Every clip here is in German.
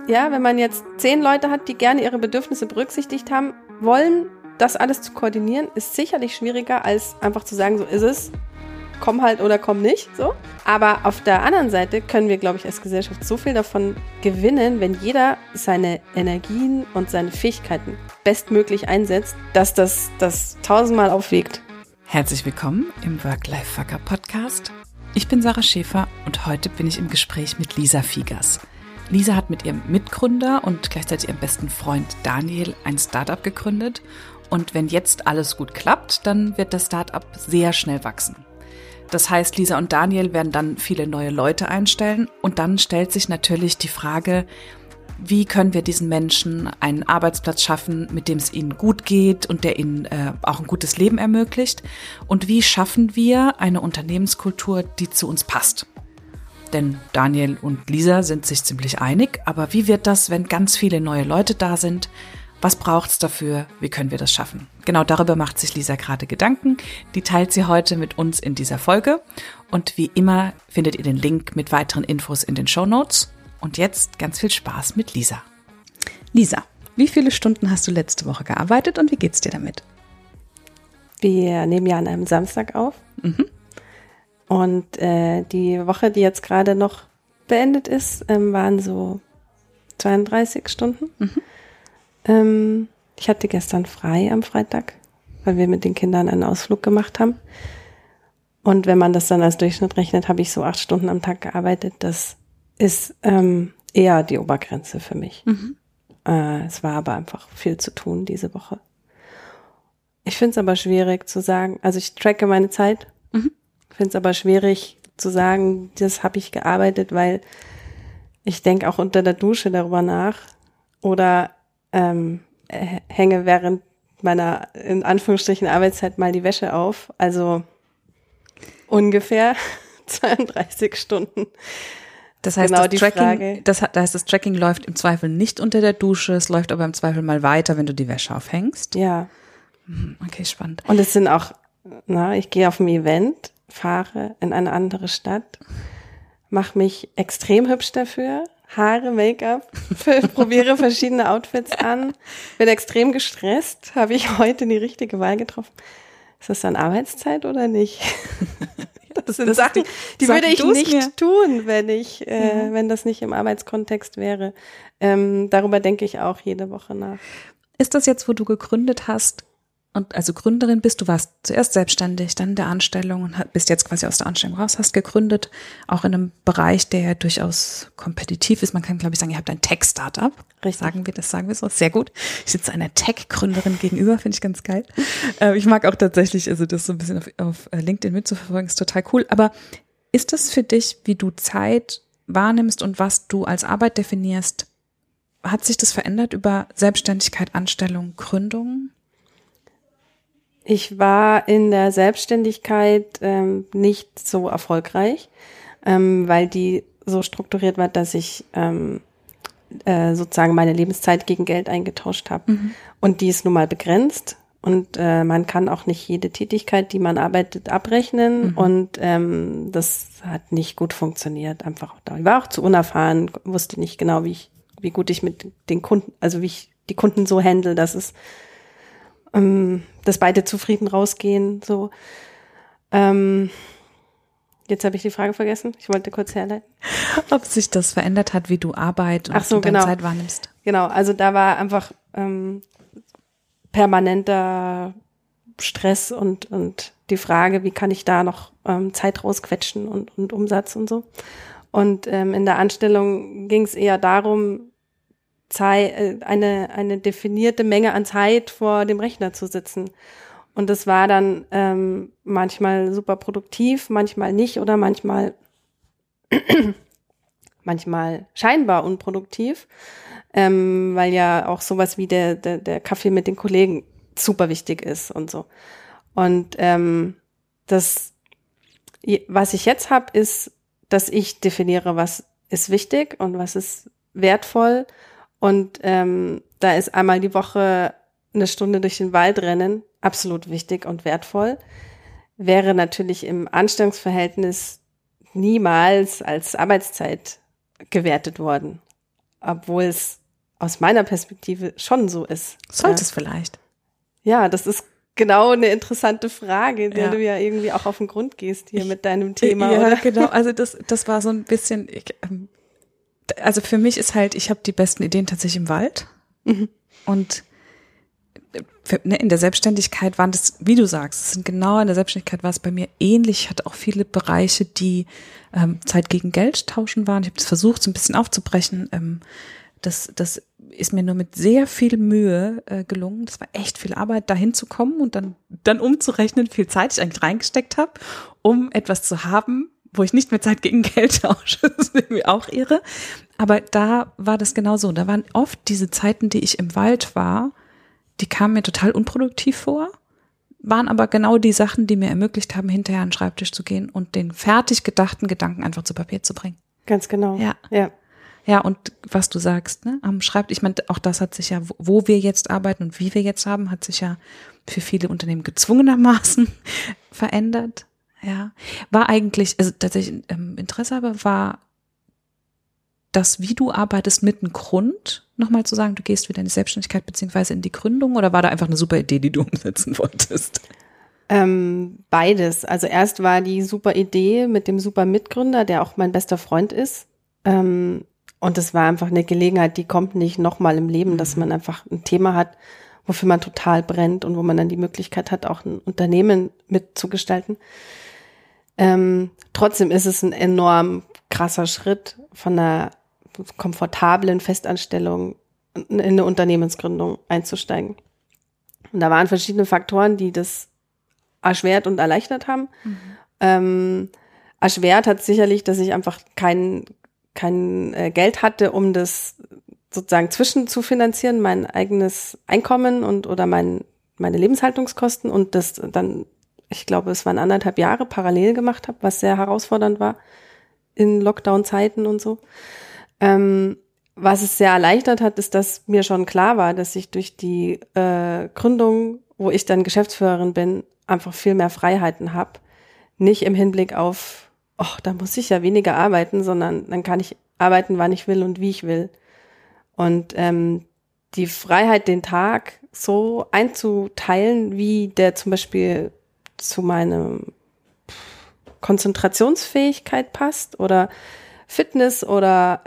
ja, wenn man jetzt 10 Leute hat, die gerne ihre Bedürfnisse berücksichtigt haben wollen, das alles zu koordinieren, ist sicherlich schwieriger, als einfach zu sagen, so ist es, komm halt oder komm nicht, so. Aber auf der anderen Seite können wir, glaube ich, als Gesellschaft so viel davon gewinnen, wenn jeder seine Energien und seine Fähigkeiten bestmöglich einsetzt, dass das 1000-mal aufwiegt. Herzlich willkommen im Work-Life-Fucker-Podcast. Ich bin Sarah Schäfer und heute bin ich im Gespräch mit Lisa Fiegers. Lisa hat mit ihrem Mitgründer und gleichzeitig ihrem besten Freund Daniel ein Startup gegründet. Und wenn jetzt alles gut klappt, dann wird das Startup sehr schnell wachsen. Das heißt, Lisa und Daniel werden dann viele neue Leute einstellen und dann stellt sich natürlich die Frage, wie können wir diesen Menschen einen Arbeitsplatz schaffen, mit dem es ihnen gut geht und der ihnen auch ein gutes Leben ermöglicht? Und wie schaffen wir eine Unternehmenskultur, die zu uns passt? Denn Daniel und Lisa sind sich ziemlich einig, aber wie wird das, wenn ganz viele neue Leute da sind? Was braucht's dafür? Wie können wir das schaffen? Genau darüber macht sich Lisa gerade Gedanken. Die teilt sie heute mit uns in dieser Folge. Und wie immer findet ihr den Link mit weiteren Infos in den Shownotes. Und jetzt ganz viel Spaß mit Lisa. Lisa, wie viele Stunden hast du letzte Woche gearbeitet und wie geht's dir damit? Wir nehmen ja an einem Samstag auf. Und die Woche, die jetzt gerade noch beendet ist, waren so 32 Stunden. Ich hatte gestern frei am Freitag, weil wir mit den Kindern einen Ausflug gemacht haben. Und wenn man das dann als Durchschnitt rechnet, habe ich so 8 Stunden am Tag gearbeitet. Das ist eher die Obergrenze für mich. Es war aber einfach viel zu tun diese Woche. Ich finde es aber schwierig zu sagen, also ich tracke meine Zeit. Ich finde es aber schwierig zu sagen, das habe ich gearbeitet, weil ich denke auch unter der Dusche darüber nach oder hänge während meiner, in Anführungsstrichen, Arbeitszeit mal die Wäsche auf. Also ungefähr 32 Stunden. Das heißt, genau das Tracking läuft im Zweifel nicht unter der Dusche, es läuft aber im Zweifel mal weiter, wenn du die Wäsche aufhängst. Ja. Okay, spannend. Und es sind auch, ich gehe auf ein Event, fahre in eine andere Stadt, mache mich extrem hübsch dafür, Haare, Make-up, probiere verschiedene Outfits an, bin extrem gestresst. Habe ich heute die richtige Wahl getroffen? Ist das dann Arbeitszeit oder nicht? Das sind Sachen, die würde ich nicht tun, wenn das nicht im Arbeitskontext wäre. Darüber denke ich auch jede Woche nach. Ist das jetzt, wo du gegründet hast, und also Gründerin bist, du warst zuerst selbstständig, dann in der Anstellung und bist jetzt quasi aus der Anstellung raus, hast gegründet, auch in einem Bereich, der ja durchaus kompetitiv ist. Man kann, glaube ich, sagen, ihr habt ein Tech-Startup. Richtig. Sagen wir so. Sehr gut. Ich sitze einer Tech-Gründerin gegenüber, finde ich ganz geil. Ich mag auch tatsächlich, also das so ein bisschen auf LinkedIn mitzuverfolgen, ist total cool. Aber ist das für dich, wie du Zeit wahrnimmst und was du als Arbeit definierst, hat sich das verändert über Selbstständigkeit, Anstellung, Gründung? Ich war in der Selbstständigkeit nicht so erfolgreich, weil die so strukturiert war, dass ich sozusagen meine Lebenszeit gegen Geld eingetauscht habe. Und die ist nun mal begrenzt und man kann auch nicht jede Tätigkeit, die man arbeitet, abrechnen. Und das hat nicht gut funktioniert. Einfach da. Ich war auch zu unerfahren, wusste nicht genau, wie gut ich mit den Kunden, also wie ich die Kunden so handle, dass beide zufrieden rausgehen, so. Jetzt habe ich die Frage vergessen. Ich wollte kurz herleiten. Ob sich das verändert hat, wie du Arbeit und deine Zeit wahrnimmst. Genau, also da war einfach permanenter Stress und die Frage, wie kann ich da noch Zeit rausquetschen und Umsatz und so. Und in der Anstellung ging es eher darum, eine definierte Menge an Zeit vor dem Rechner zu sitzen. Und das war dann manchmal super produktiv, manchmal nicht oder manchmal scheinbar unproduktiv, weil ja auch sowas wie der Kaffee mit den Kollegen super wichtig ist und so. Und was ich jetzt habe, ist, dass ich definiere, was ist wichtig und was ist wertvoll. Und da ist einmal die Woche eine Stunde durch den Wald rennen absolut wichtig und wertvoll. Wäre natürlich im Anstellungsverhältnis niemals als Arbeitszeit gewertet worden. obwohl es aus meiner Perspektive schon so ist. Sollte es vielleicht. Ja, das ist genau eine interessante Frage, der du ja irgendwie auch auf den Grund gehst hier mit deinem Thema, ja, oder? Genau. Also das war so ein bisschen, also für mich ist halt, ich habe die besten Ideen tatsächlich im Wald. Und in der Selbstständigkeit waren das, wie du sagst, in der Selbstständigkeit war es bei mir ähnlich. Ich hatte auch viele Bereiche, die Zeit gegen Geld tauschen waren. Ich habe das versucht, so ein bisschen aufzubrechen. Das ist mir nur mit sehr viel Mühe gelungen. Das war echt viel Arbeit, dahin zu kommen und dann umzurechnen, wie viel Zeit ich eigentlich reingesteckt habe, um etwas zu haben, wo ich nicht mehr Zeit gegen Geld tausche. Das ist irgendwie auch irre. Aber da war das genau so. Da waren oft diese Zeiten, die ich im Wald war, die kamen mir total unproduktiv vor, waren aber genau die Sachen, die mir ermöglicht haben, hinterher an den Schreibtisch zu gehen und den fertig gedachten Gedanken einfach zu Papier zu bringen. Ganz genau. Ja. Ja, und was du sagst, ne, am Schreibtisch, ich meine, auch das hat sich ja, wo wir jetzt arbeiten und wie wir jetzt haben, hat sich ja für viele Unternehmen gezwungenermaßen verändert. Ja, war eigentlich, also tatsächlich Interesse aber war das, wie du arbeitest, mit einem Grund, nochmal zu sagen, du gehst wieder in die Selbstständigkeit beziehungsweise in die Gründung, oder war da einfach eine super Idee, die du umsetzen wolltest? Beides. Also erst war die super Idee mit dem super Mitgründer, der auch mein bester Freund ist. Und es war einfach eine Gelegenheit, die kommt nicht nochmal im Leben, dass man einfach ein Thema hat, wofür man total brennt und wo man dann die Möglichkeit hat, auch ein Unternehmen mitzugestalten. Trotzdem ist es ein enorm krasser Schritt von einer komfortablen Festanstellung in eine Unternehmensgründung einzusteigen. Und da waren verschiedene Faktoren, die das erschwert und erleichtert haben. Erschwert hat sicherlich, dass ich einfach kein Geld hatte, um das sozusagen zwischen zu finanzieren, mein eigenes Einkommen oder meine Lebenshaltungskosten, und das dann, ich glaube, es waren 1,5 Jahre parallel gemacht habe, was sehr herausfordernd war in Lockdown-Zeiten und so. Was es sehr erleichtert hat, ist, dass mir schon klar war, dass ich durch die Gründung, wo ich dann Geschäftsführerin bin, einfach viel mehr Freiheiten habe. Nicht im Hinblick auf, da muss ich ja weniger arbeiten, sondern dann kann ich arbeiten, wann ich will und wie ich will. Und die Freiheit, den Tag so einzuteilen, wie der zum Beispiel zu meiner Konzentrationsfähigkeit passt oder Fitness oder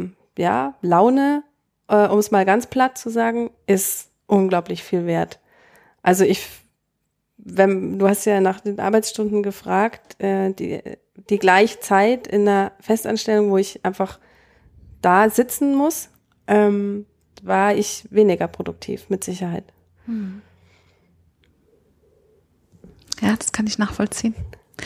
Laune, um es mal ganz platt zu sagen, ist unglaublich viel wert. Also du hast ja nach den Arbeitsstunden gefragt, die gleiche Zeit in einer Festanstellung, wo ich einfach da sitzen muss, war ich weniger produktiv, mit Sicherheit. Ja, das kann ich nachvollziehen.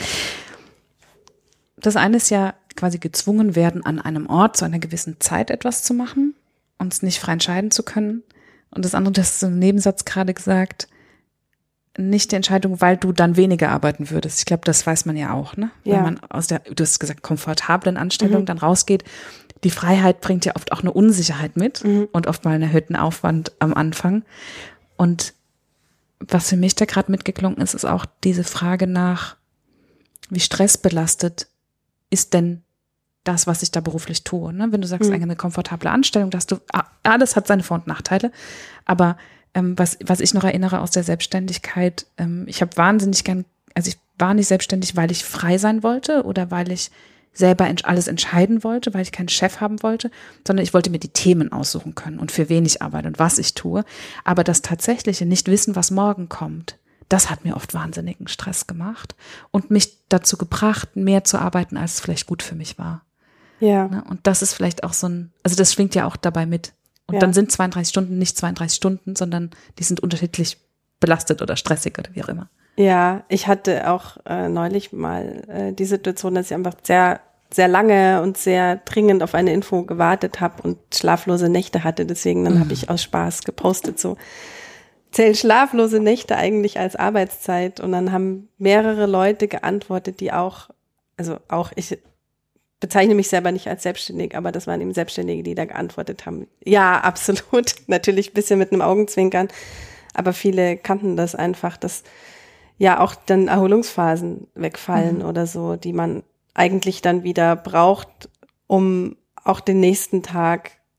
Das eine ist ja quasi gezwungen werden, an einem Ort zu einer gewissen Zeit etwas zu machen, uns nicht frei entscheiden zu können. Und das andere, das ist im Nebensatz gerade gesagt, nicht die Entscheidung, weil du dann weniger arbeiten würdest. Ich glaube, das weiß man ja auch, ne? Ja. Wenn man aus der, du hast gesagt, komfortablen Anstellung dann rausgeht. Die Freiheit bringt ja oft auch eine Unsicherheit mit und oft mal einen erhöhten Aufwand am Anfang. Und was für mich da gerade mitgeklungen ist, ist auch diese Frage nach, wie stressbelastet ist denn das, was ich da beruflich tue, ne? Wenn du sagst, eine komfortable Anstellung, dass du, alles hat seine Vor- und Nachteile, aber was ich noch erinnere aus der Selbstständigkeit, ich habe wahnsinnig gern, also ich war nicht selbstständig, weil ich frei sein wollte oder weil ich selber alles entscheiden wollte, weil ich keinen Chef haben wollte, sondern ich wollte mir die Themen aussuchen können und für wen ich arbeite und was ich tue. Aber das tatsächliche Nicht-Wissen, was morgen kommt, das hat mir oft wahnsinnigen Stress gemacht und mich dazu gebracht, mehr zu arbeiten, als es vielleicht gut für mich war. Ja. Und das ist vielleicht auch so also das schwingt ja auch dabei mit. Und dann sind 32 Stunden nicht 32 Stunden, sondern die sind unterschiedlich belastet oder stressig oder wie auch immer. Ja, ich hatte auch neulich mal die Situation, dass ich einfach sehr, sehr lange und sehr dringend auf eine Info gewartet habe und schlaflose Nächte hatte. Deswegen dann habe ich aus Spaß gepostet, so zählen schlaflose Nächte eigentlich als Arbeitszeit? Und dann haben mehrere Leute geantwortet, die ich bezeichne mich selber nicht als selbstständig, aber das waren eben Selbstständige, die da geantwortet haben. Ja, absolut. Natürlich ein bisschen mit einem Augenzwinkern. Aber viele kannten das einfach, dass ja auch dann Erholungsphasen wegfallen oder so, die man eigentlich dann wieder braucht, um auch den nächsten Tag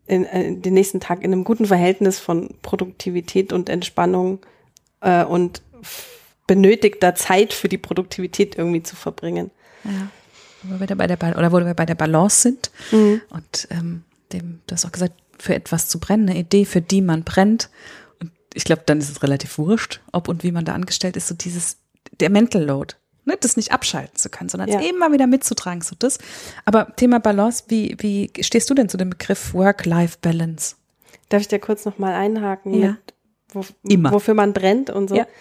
den nächsten Tag in einem guten Verhältnis von Produktivität und Entspannung und benötigter Zeit für die Produktivität irgendwie zu verbringen. Ja, wo wir bei der Balance sind und du hast auch gesagt, für etwas zu brennen, eine Idee, für die man brennt. Und ich glaube, dann ist es relativ wurscht, ob und wie man da angestellt ist, so der Mental Load, ne, das nicht abschalten zu können, sondern es immer wieder mitzutragen, so das. Aber Thema Balance, wie stehst du denn zu dem Begriff Work-Life-Balance? Darf ich dir kurz nochmal einhaken, Ja. wofür man brennt und so? Ja.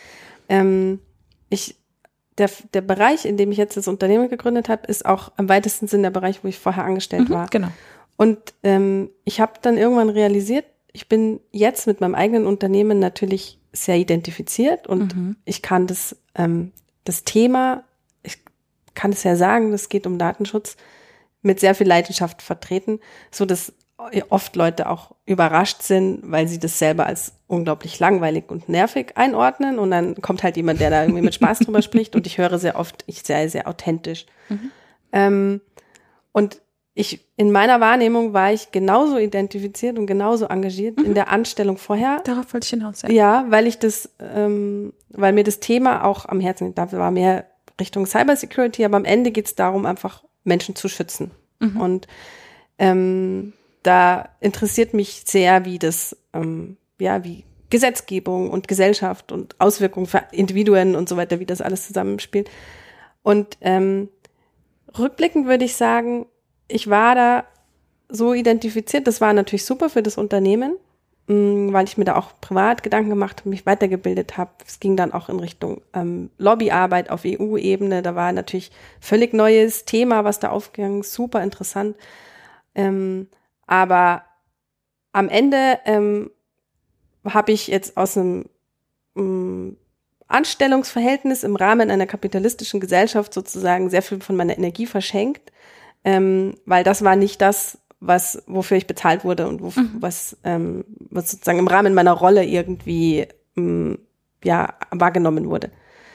Der Bereich, in dem ich jetzt das Unternehmen gegründet habe, ist auch im weitesten Sinn der Bereich, wo ich vorher angestellt war. Genau. Und ich habe dann irgendwann realisiert, ich bin jetzt mit meinem eigenen Unternehmen natürlich sehr identifiziert und ich kann das Thema, ich kann es ja sagen, das geht um Datenschutz, mit sehr viel Leidenschaft vertreten, so dass oft Leute auch überrascht sind, weil sie das selber als unglaublich langweilig und nervig einordnen und dann kommt halt jemand, der da irgendwie mit Spaß drüber spricht und ich höre sehr oft, ich sei sehr authentisch. Und in meiner Wahrnehmung war ich genauso identifiziert und genauso engagiert in der Anstellung vorher. Darauf wollte ich hinaus. Ja, weil mir das Thema auch am Herzen liegt. Da war mehr Richtung Cybersecurity, aber am Ende geht es darum, einfach Menschen zu schützen. Und da interessiert mich sehr, wie wie Gesetzgebung und Gesellschaft und Auswirkungen für Individuen und so weiter, wie das alles zusammenspielt. Und rückblickend würde ich sagen, ich war da so identifiziert, das war natürlich super für das Unternehmen, weil ich mir da auch privat Gedanken gemacht habe, mich weitergebildet habe. Es ging dann auch in Richtung Lobbyarbeit auf EU-Ebene, da war natürlich völlig neues Thema, was da aufgegangen ist, super interessant. Aber am Ende habe ich jetzt aus einem Anstellungsverhältnis im Rahmen einer kapitalistischen Gesellschaft sozusagen sehr viel von meiner Energie verschenkt, weil das war nicht das, wofür ich bezahlt wurde und was sozusagen im Rahmen meiner Rolle irgendwie wahrgenommen wurde.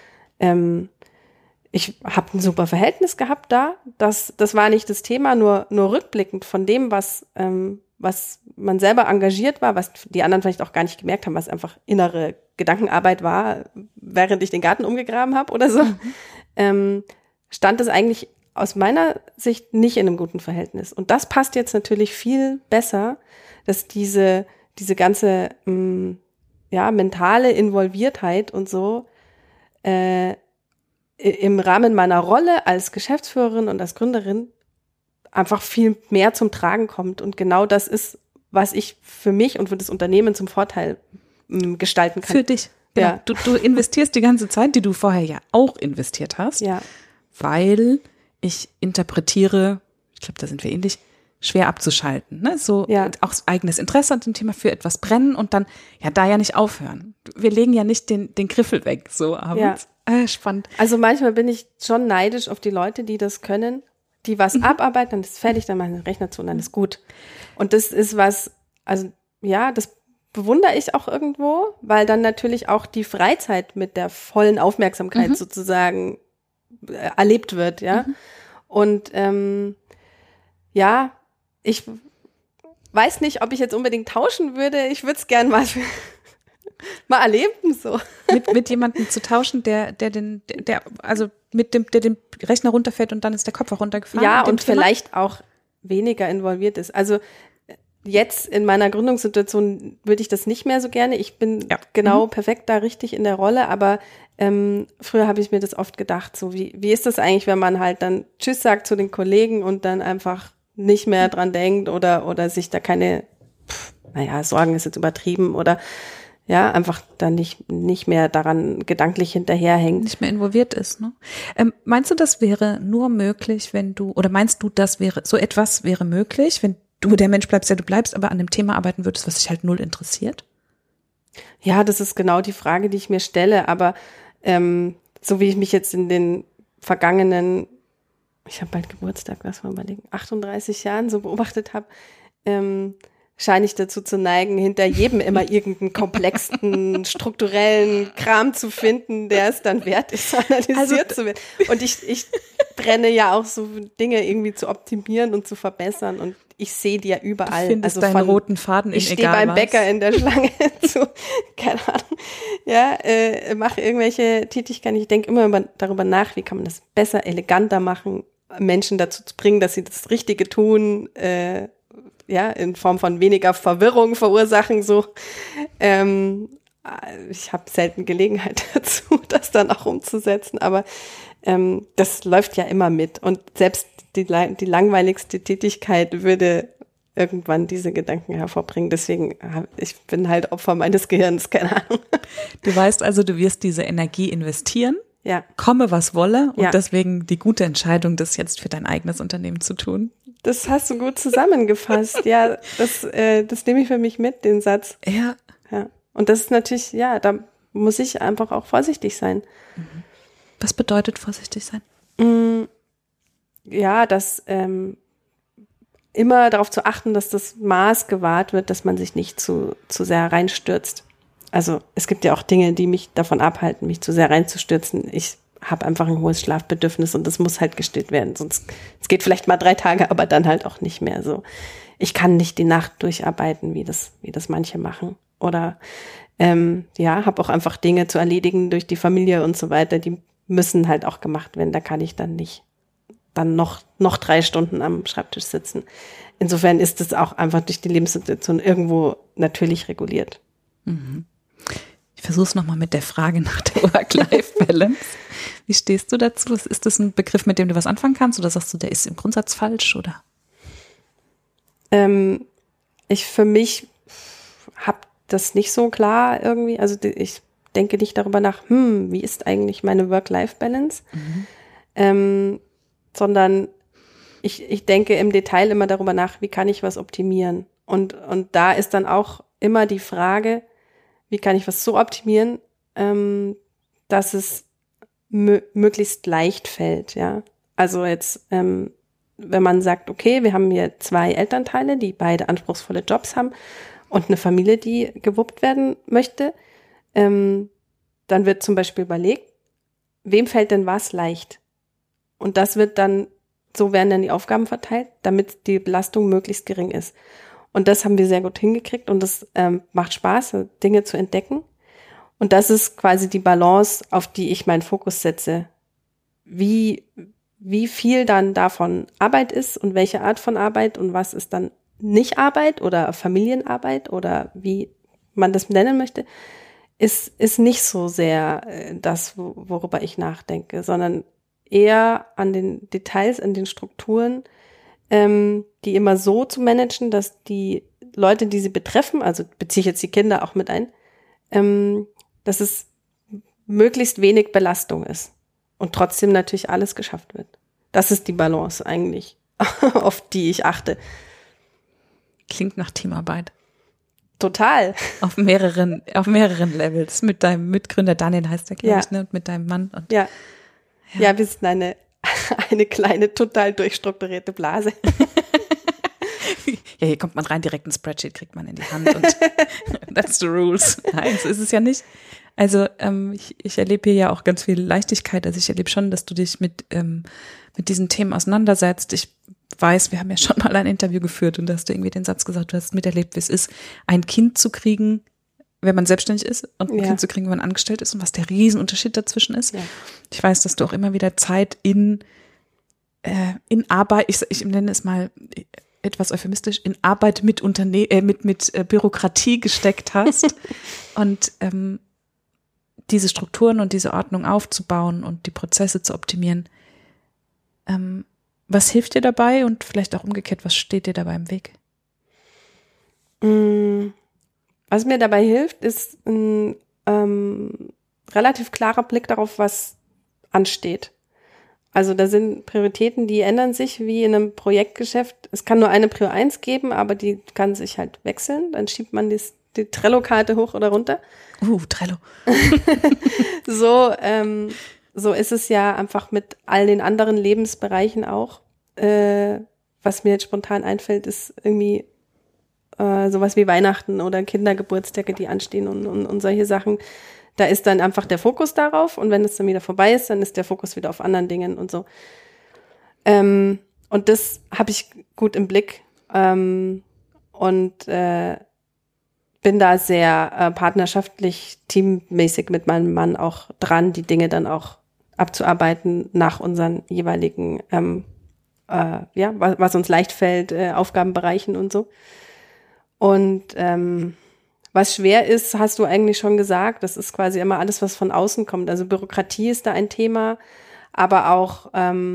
Ich habe ein super Verhältnis gehabt da. Das war nicht das Thema, nur rückblickend von dem, was man selber engagiert war, was die anderen vielleicht auch gar nicht gemerkt haben, was einfach innere Gedankenarbeit war, während ich den Garten umgegraben habe oder so, stand es eigentlich aus meiner Sicht nicht in einem guten Verhältnis. Und das passt jetzt natürlich viel besser, dass diese ganze mentale Involviertheit und so im Rahmen meiner Rolle als Geschäftsführerin und als Gründerin einfach viel mehr zum Tragen kommt. Und genau das ist, was ich für mich und für das Unternehmen zum Vorteil gestalten kann. Für dich. Ja. Du investierst die ganze Zeit, die du vorher ja auch investiert hast, weil ich interpretiere, ich glaube, da sind wir ähnlich, schwer abzuschalten. Ne? So auch eigenes Interesse an dem Thema für etwas brennen und dann da nicht aufhören. Wir legen ja nicht den Griffel weg, so abends. Spannend. Also manchmal bin ich schon neidisch auf die Leute, die das können, die was abarbeiten, dann ist es fertig, dann machen den Rechner zu und dann ist gut. Und das ist was, also das bewundere ich auch irgendwo, weil dann natürlich auch die Freizeit mit der vollen Aufmerksamkeit sozusagen erlebt wird, Und ich weiß nicht, ob ich jetzt unbedingt tauschen würde. Ich würde es gern mal erleben, so. Mit jemandem zu tauschen, der den Rechner runterfällt und dann ist der Kopf auch runtergefahren. Ja, und vielleicht auch weniger involviert ist. Also jetzt in meiner Gründungssituation würde ich das nicht mehr so gerne. Ich bin perfekt da richtig in der Rolle, aber früher habe ich mir das oft gedacht, so wie ist das eigentlich, wenn man halt dann Tschüss sagt zu den Kollegen und dann einfach nicht mehr dran denkt oder sich da keine, Sorgen ist jetzt übertrieben oder einfach dann nicht mehr daran gedanklich hinterherhängt. Nicht mehr involviert ist, ne? Meinst du, das wäre nur möglich, meinst du, so etwas wäre möglich, wenn du der Mensch bleibst, der du bleibst, aber an dem Thema arbeiten würdest, was dich halt null interessiert? Ja, das ist genau die Frage, die ich mir stelle, aber so wie ich mich jetzt in den vergangenen, ich habe bald Geburtstag, lass mal überlegen, 38 Jahren so beobachtet habe, scheine ich dazu zu neigen, hinter jedem immer irgendeinen komplexen, strukturellen Kram zu finden, der es dann wert ist, analysiert zu werden. Und ich brenne ja auch so Dinge irgendwie zu optimieren und zu verbessern und ich sehe die ja überall. Du findest deinen roten Faden in egal was. Ich stehe beim Bäcker in der Schlange zu, keine Ahnung, mache irgendwelche Tätigkeiten. Ich denke immer darüber nach, wie kann man das besser, eleganter machen, Menschen dazu zu bringen, dass sie das Richtige tun, in Form von weniger Verwirrung verursachen, so. Ich habe selten Gelegenheit dazu, das dann auch umzusetzen, aber das läuft ja immer mit und selbst die langweiligste Tätigkeit würde irgendwann diese Gedanken hervorbringen. Deswegen, ich bin halt Opfer meines Gehirns, keine Ahnung. Du weißt also, du wirst diese Energie investieren, ja, komme was wolle und ja, deswegen die gute Entscheidung, das jetzt für dein eigenes Unternehmen zu tun. Das hast du gut zusammengefasst. Ja, das nehme ich für mich mit, den Satz. Ja. Ja. Und das ist natürlich, ja, da muss ich einfach auch vorsichtig sein. Was bedeutet vorsichtig sein? Ja, dass immer darauf zu achten, dass das Maß gewahrt wird, dass man sich nicht zu sehr reinstürzt. Also es gibt ja auch Dinge, die mich davon abhalten, mich zu sehr reinzustürzen. Ich habe einfach ein hohes Schlafbedürfnis und das muss halt gestillt werden. Sonst, es geht vielleicht mal 3 Tage, aber dann halt auch nicht mehr so. Ich kann nicht die Nacht durcharbeiten, wie das manche machen. Oder habe auch einfach Dinge zu erledigen durch die Familie und so weiter, die müssen halt auch gemacht werden. Da kann ich dann nicht dann noch 3 Stunden am Schreibtisch sitzen. Insofern ist es auch einfach durch die Lebenssituation irgendwo natürlich reguliert. Ich versuche es nochmal mit der Frage nach der Work-Life-Balance. Wie stehst du dazu? Ist das ein Begriff, mit dem du was anfangen kannst oder sagst du, der ist im Grundsatz falsch? Oder? Ich für mich habe das nicht so klar irgendwie. Also ich denke nicht darüber nach, wie ist eigentlich meine Work-Life-Balance? Sondern ich denke im Detail immer darüber nach, wie kann ich was optimieren? Und da ist dann auch immer die Frage, wie kann ich was so optimieren, dass es möglichst leicht fällt, ja. Also jetzt, wenn man sagt, okay, wir haben hier 2 Elternteile, die beide anspruchsvolle Jobs haben und eine Familie, die gewuppt werden möchte, dann wird zum Beispiel überlegt, wem fällt denn was leicht? Und das wird dann, so werden dann die Aufgaben verteilt, damit die Belastung möglichst gering ist. Und das haben wir sehr gut hingekriegt und das macht Spaß, Dinge zu entdecken. Und das ist quasi die Balance, auf die ich meinen Fokus setze. Wie viel dann davon Arbeit ist und welche Art von Arbeit und was ist dann nicht Arbeit oder Familienarbeit oder wie man das nennen möchte, ist nicht so sehr das, worüber ich nachdenke, sondern eher an den Details, an den Strukturen, die immer so zu managen, dass die Leute, die sie betreffen, also beziehe ich jetzt die Kinder auch mit ein, dass es möglichst wenig Belastung ist und trotzdem natürlich alles geschafft wird. Das ist die Balance eigentlich, auf die ich achte. Klingt nach Teamarbeit. Total. Auf mehreren Levels. Mit deinem Mitgründer Daniel heißt der, glaube ich, ne? Und mit deinem Mann. Und ja, wir sind eine kleine, total durchstrukturierte Blase. Ja, hier kommt man rein, direkt ein Spreadsheet kriegt man in die Hand und that's the rules. Nein, so ist es ja nicht. Also ich erlebe hier ja auch ganz viel Leichtigkeit. Also ich erlebe schon, dass du dich mit diesen Themen auseinandersetzt. Ich weiß, wir haben ja schon mal ein Interview geführt und da hast du irgendwie den Satz gesagt, du hast miterlebt, wie es ist, ein Kind zu kriegen, wenn man selbstständig ist und ein Kind zu kriegen, wenn man angestellt ist und was der Riesenunterschied dazwischen ist. Ja. Ich weiß, dass du auch immer wieder Zeit in Arbeit, ich nenne es mal etwas euphemistisch, in Arbeit mit Bürokratie gesteckt hast und diese Strukturen und diese Ordnung aufzubauen und die Prozesse zu optimieren. Was hilft dir dabei und vielleicht auch umgekehrt, was steht dir dabei im Weg? Was mir dabei hilft, ist ein relativ klarer Blick darauf, was ansteht. Also da sind Prioritäten, die ändern sich wie in einem Projektgeschäft. Es kann nur eine Prio 1 geben, aber die kann sich halt wechseln. Dann schiebt man die Trello-Karte hoch oder runter. Trello. So ist es ja einfach mit all den anderen Lebensbereichen auch. Was mir jetzt spontan einfällt, ist irgendwie sowas wie Weihnachten oder Kindergeburtstage, die anstehen und solche Sachen. Da ist dann einfach der Fokus darauf und wenn es dann wieder vorbei ist, dann ist der Fokus wieder auf anderen Dingen und so. Und das habe ich gut im Blick und bin da sehr partnerschaftlich, teammäßig mit meinem Mann auch dran, die Dinge dann auch abzuarbeiten nach unseren jeweiligen, was uns leicht fällt, Aufgabenbereichen und so. Und was schwer ist, hast du eigentlich schon gesagt, das ist quasi immer alles, was von außen kommt. Also Bürokratie ist da ein Thema, aber auch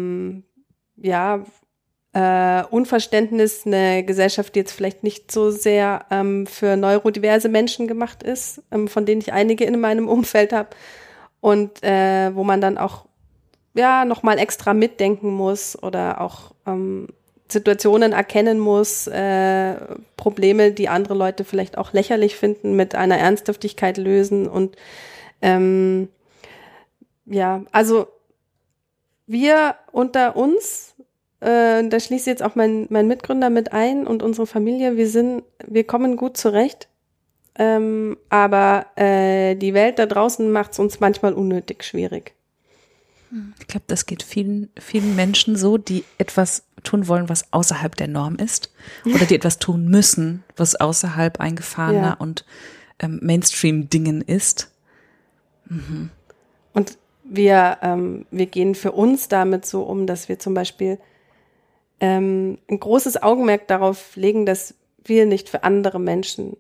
Unverständnis, eine Gesellschaft, die jetzt vielleicht nicht so sehr für neurodiverse Menschen gemacht ist, von denen ich einige in meinem Umfeld habe und wo man dann auch nochmal extra mitdenken muss oder auch Situationen erkennen muss, Probleme, die andere Leute vielleicht auch lächerlich finden, mit einer Ernsthaftigkeit lösen und also wir unter uns, da schließe ich jetzt auch mein Mitgründer mit ein und unsere Familie, wir kommen gut zurecht, aber die Welt da draußen macht es uns manchmal unnötig schwierig. Ich glaube, das geht vielen Menschen so, die etwas tun wollen, was außerhalb der Norm ist oder die etwas tun müssen, was außerhalb eingefahrener und Mainstream-Dingen ist. Mhm. Und wir gehen für uns damit so um, dass wir zum Beispiel ein großes Augenmerk darauf legen, dass wir nicht für andere Menschen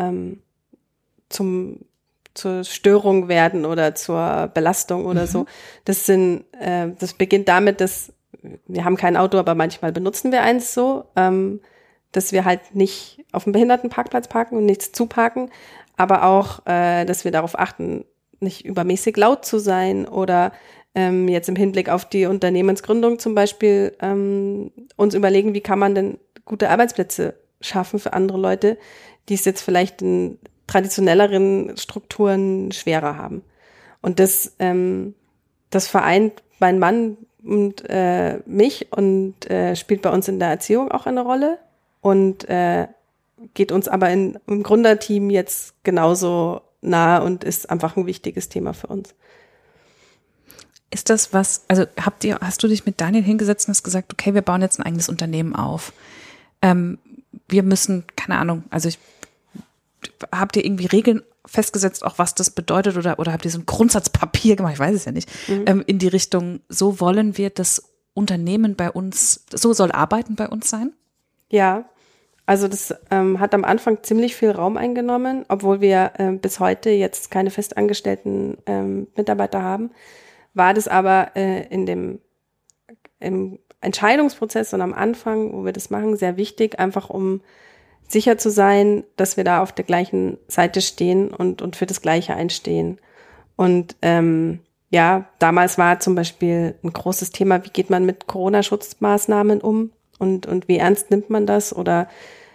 zur Störung werden oder zur Belastung oder so. Das beginnt damit, dass wir haben kein Auto, aber manchmal benutzen wir eins so, dass wir halt nicht auf dem Behindertenparkplatz parken und nichts zuparken, aber auch, dass wir darauf achten, nicht übermäßig laut zu sein oder jetzt im Hinblick auf die Unternehmensgründung zum Beispiel uns überlegen, wie kann man denn gute Arbeitsplätze schaffen für andere Leute, die es jetzt vielleicht in traditionelleren Strukturen schwerer haben. Und das vereint mein Mann und mich und spielt bei uns in der Erziehung auch eine Rolle und geht uns aber im Gründerteam jetzt genauso nahe und ist einfach ein wichtiges Thema für uns. Ist das hast du dich mit Daniel hingesetzt und hast gesagt, okay, wir bauen jetzt ein eigenes Unternehmen auf. Wir müssen, keine Ahnung, habt ihr irgendwie Regeln festgesetzt, auch was das bedeutet oder habt ihr so ein Grundsatzpapier gemacht, ich weiß es ja nicht, in die Richtung, so wollen wir das Unternehmen bei uns, so soll Arbeiten bei uns sein? Ja, also das hat am Anfang ziemlich viel Raum eingenommen, obwohl wir bis heute jetzt keine festangestellten Mitarbeiter haben, war das aber im Entscheidungsprozess und am Anfang, wo wir das machen, sehr wichtig, einfach um sicher zu sein, dass wir da auf der gleichen Seite stehen und für das Gleiche einstehen. Und damals war zum Beispiel ein großes Thema, wie geht man mit Corona-Schutzmaßnahmen um und wie ernst nimmt man das oder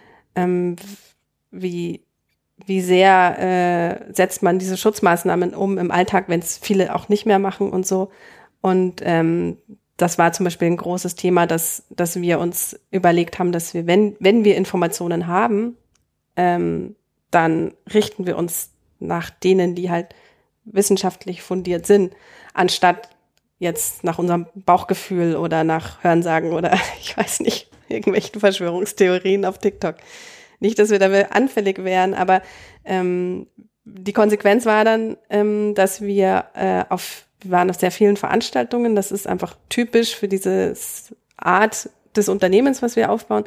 wie sehr setzt man diese Schutzmaßnahmen um im Alltag, wenn es viele auch nicht mehr machen und so. Und das war zum Beispiel ein großes Thema, dass wir uns überlegt haben, dass wir, wenn wir Informationen haben, dann richten wir uns nach denen, die halt wissenschaftlich fundiert sind, anstatt jetzt nach unserem Bauchgefühl oder nach Hörensagen oder ich weiß nicht, irgendwelchen Verschwörungstheorien auf TikTok. Nicht, dass wir da anfällig wären, aber die Konsequenz war dann, dass wir waren auf sehr vielen Veranstaltungen. Das ist einfach typisch für diese Art des Unternehmens, was wir aufbauen.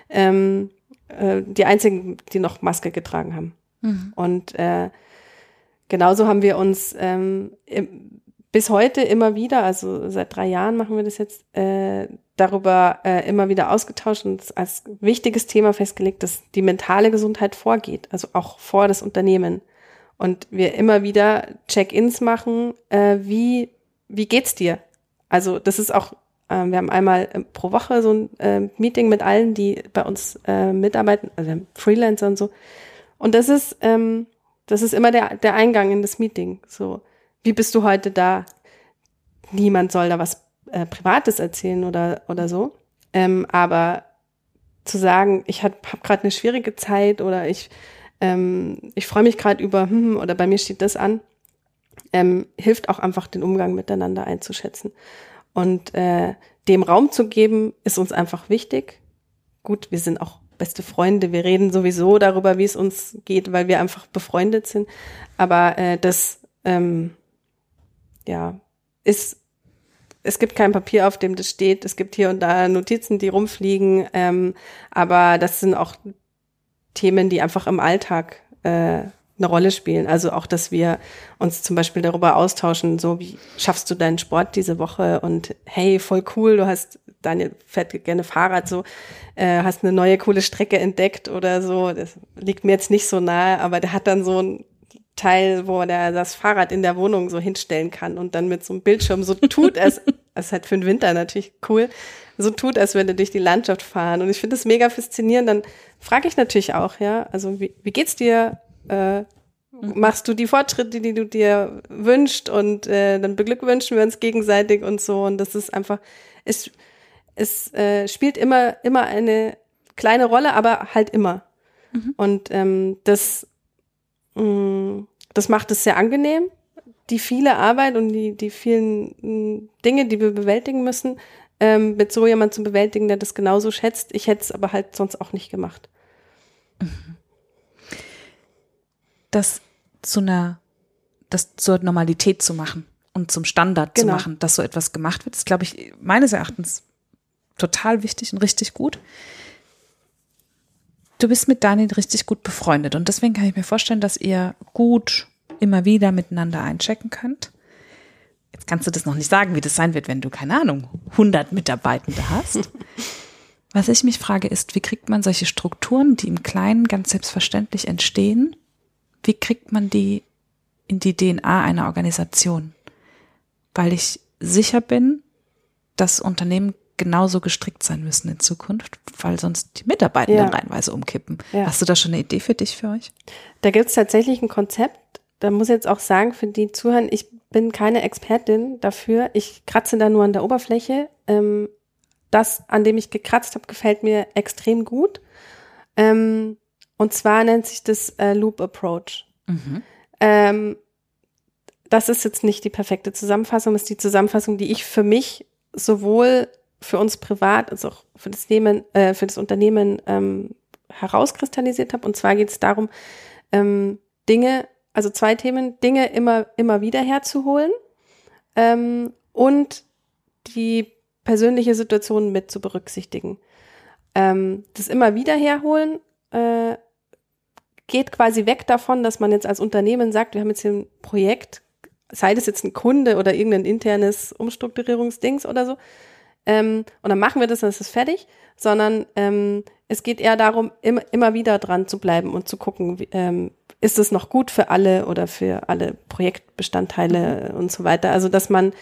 Die einzigen, die noch Maske getragen haben. Mhm. Und genauso haben wir uns bis heute immer wieder, also seit 3 Jahren machen wir das jetzt, darüber immer wieder ausgetauscht und als wichtiges Thema festgelegt, dass die mentale Gesundheit vorgeht, also auch vor das Unternehmen. Und wir immer wieder Check-ins machen, wie geht's dir? Also das ist auch, wir haben einmal pro Woche so ein Meeting mit allen, die bei uns mitarbeiten, also Freelancer und so. Und das ist immer der Eingang in das Meeting. So, wie bist du heute da? Niemand soll da was Privates erzählen oder so. Aber zu sagen, ich hab gerade eine schwierige Zeit oder ich freue mich gerade über oder bei mir steht das an, hilft auch einfach den Umgang miteinander einzuschätzen. Und dem Raum zu geben, ist uns einfach wichtig. Gut, wir sind auch beste Freunde, wir reden sowieso darüber, wie es uns geht, weil wir einfach befreundet sind. Aber es gibt kein Papier, auf dem das steht. Es gibt hier und da Notizen, die rumfliegen. Aber das sind auch Themen, die einfach im Alltag eine Rolle spielen. Also auch, dass wir uns zum Beispiel darüber austauschen, so wie schaffst du deinen Sport diese Woche und hey, voll cool, Daniel fährt gerne Fahrrad, so hast eine neue coole Strecke entdeckt oder so. Das liegt mir jetzt nicht so nahe, aber der hat dann so ein Teil, wo der das Fahrrad in der Wohnung so hinstellen kann und dann mit so einem Bildschirm so tut, das ist halt für den Winter natürlich cool, so tut, als würde durch die Landschaft fahren. Und ich finde das mega faszinierend. Dann frage ich natürlich auch, ja, also wie geht's dir? Machst du die Fortschritte, die du dir wünschst und dann beglückwünschen wir uns gegenseitig und so. Und das ist einfach, es spielt immer eine kleine Rolle, aber halt immer. Und das macht es sehr angenehm, die viele Arbeit und die vielen Dinge, die wir bewältigen müssen, mit so jemand zu bewältigen, der das genauso schätzt. Ich hätte es aber halt sonst auch nicht gemacht. Das zur Normalität zu machen und zum Standard zu machen, dass so etwas gemacht wird, ist, glaube ich, meines Erachtens total wichtig und richtig gut. Du bist mit Daniel richtig gut befreundet und deswegen kann ich mir vorstellen, dass ihr gut immer wieder miteinander einchecken könnt. Jetzt kannst du das noch nicht sagen, wie das sein wird, wenn du, keine Ahnung, 100 Mitarbeitende hast. Was ich mich frage ist, wie kriegt man solche Strukturen, die im Kleinen ganz selbstverständlich entstehen, wie kriegt man die in die DNA einer Organisation? Weil ich sicher bin, dass Unternehmen genauso gestrickt sein müssen in Zukunft, weil sonst die Mitarbeitenden reihenweise umkippen. Ja. Hast du da schon eine Idee für dich, für euch? Da gibt es tatsächlich ein Konzept. Da muss ich jetzt auch sagen, für die Zuhörer, ich bin keine Expertin dafür. Ich kratze da nur an der Oberfläche. Das, an dem ich gekratzt habe, gefällt mir extrem gut. Und zwar nennt sich das Loop Approach. Das ist jetzt nicht die perfekte Zusammenfassung, das ist die Zusammenfassung, die ich für mich sowohl für uns privat als auch für das Unternehmen herauskristallisiert habe. Und zwar geht es darum, zwei Themen, Dinge immer wieder herzuholen und die persönliche Situation mit zu berücksichtigen. Das immer wieder herholen geht quasi weg davon, dass man jetzt als Unternehmen sagt, wir haben jetzt hier ein Projekt, sei das jetzt ein Kunde oder irgendein internes Umstrukturierungsdings oder so, und dann machen wir das, dann ist es fertig, sondern es geht eher darum, immer wieder dran zu bleiben und zu gucken, ist es noch gut für alle oder für alle Projektbestandteile und so weiter. Also dass man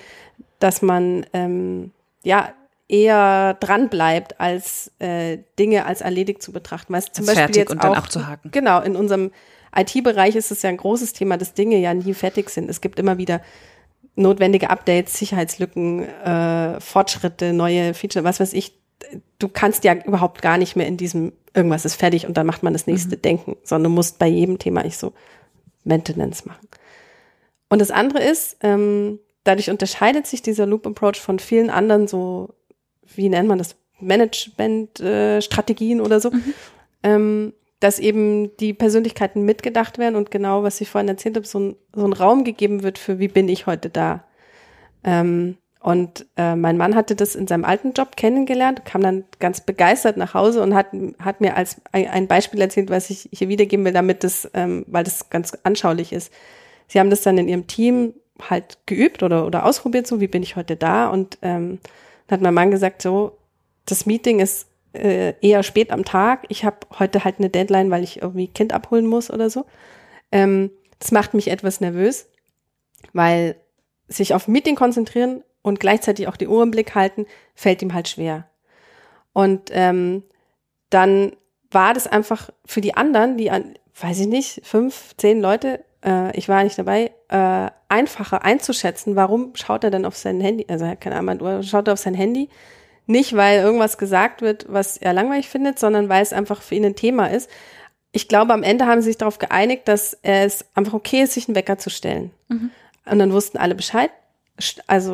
eher dran bleibt, als Dinge als erledigt zu betrachten. Weißt, zum Beispiel fertig jetzt und dann abzuhaken. Genau, in unserem IT-Bereich ist es ja ein großes Thema, dass Dinge ja nie fertig sind. Es gibt immer wieder notwendige Updates, Sicherheitslücken, Fortschritte, neue Feature, was weiß ich. Du kannst ja überhaupt gar nicht mehr in diesem irgendwas ist fertig und dann macht man das nächste denken, sondern du musst bei jedem Thema eigentlich so Maintenance machen. Und das andere ist, dadurch unterscheidet sich dieser Loop Approach von vielen anderen so, wie nennt man das, Management-Strategien oder so, dass eben die Persönlichkeiten mitgedacht werden und genau, was ich vorhin erzählt habe, so ein Raum gegeben wird für, wie bin ich heute da. Und mein Mann hatte das in seinem alten Job kennengelernt, kam dann ganz begeistert nach Hause und hat mir als ein Beispiel erzählt, was ich hier wiedergeben will, damit das, weil das ganz anschaulich ist. Sie haben das dann in ihrem Team halt geübt oder ausprobiert, so wie bin ich heute da, und dann hat mein Mann gesagt, so, das Meeting ist eher spät am Tag, ich habe heute halt eine Deadline, weil ich irgendwie Kind abholen muss oder so. Das macht mich etwas nervös, weil sich auf ein Meeting konzentrieren und gleichzeitig auch die Uhr im Blick halten, fällt ihm halt schwer. Und dann war das einfach für die anderen, die weiß ich nicht, 5, 10 Leute, ich war nicht dabei, einfacher einzuschätzen, warum schaut er denn auf sein Handy, also keine Ahnung, schaut er auf sein Handy, nicht weil irgendwas gesagt wird, was er langweilig findet, sondern weil es einfach für ihn ein Thema ist. Ich glaube, am Ende haben sie sich darauf geeinigt, dass es einfach okay ist, sich einen Wecker zu stellen. Und dann wussten alle Bescheid. Also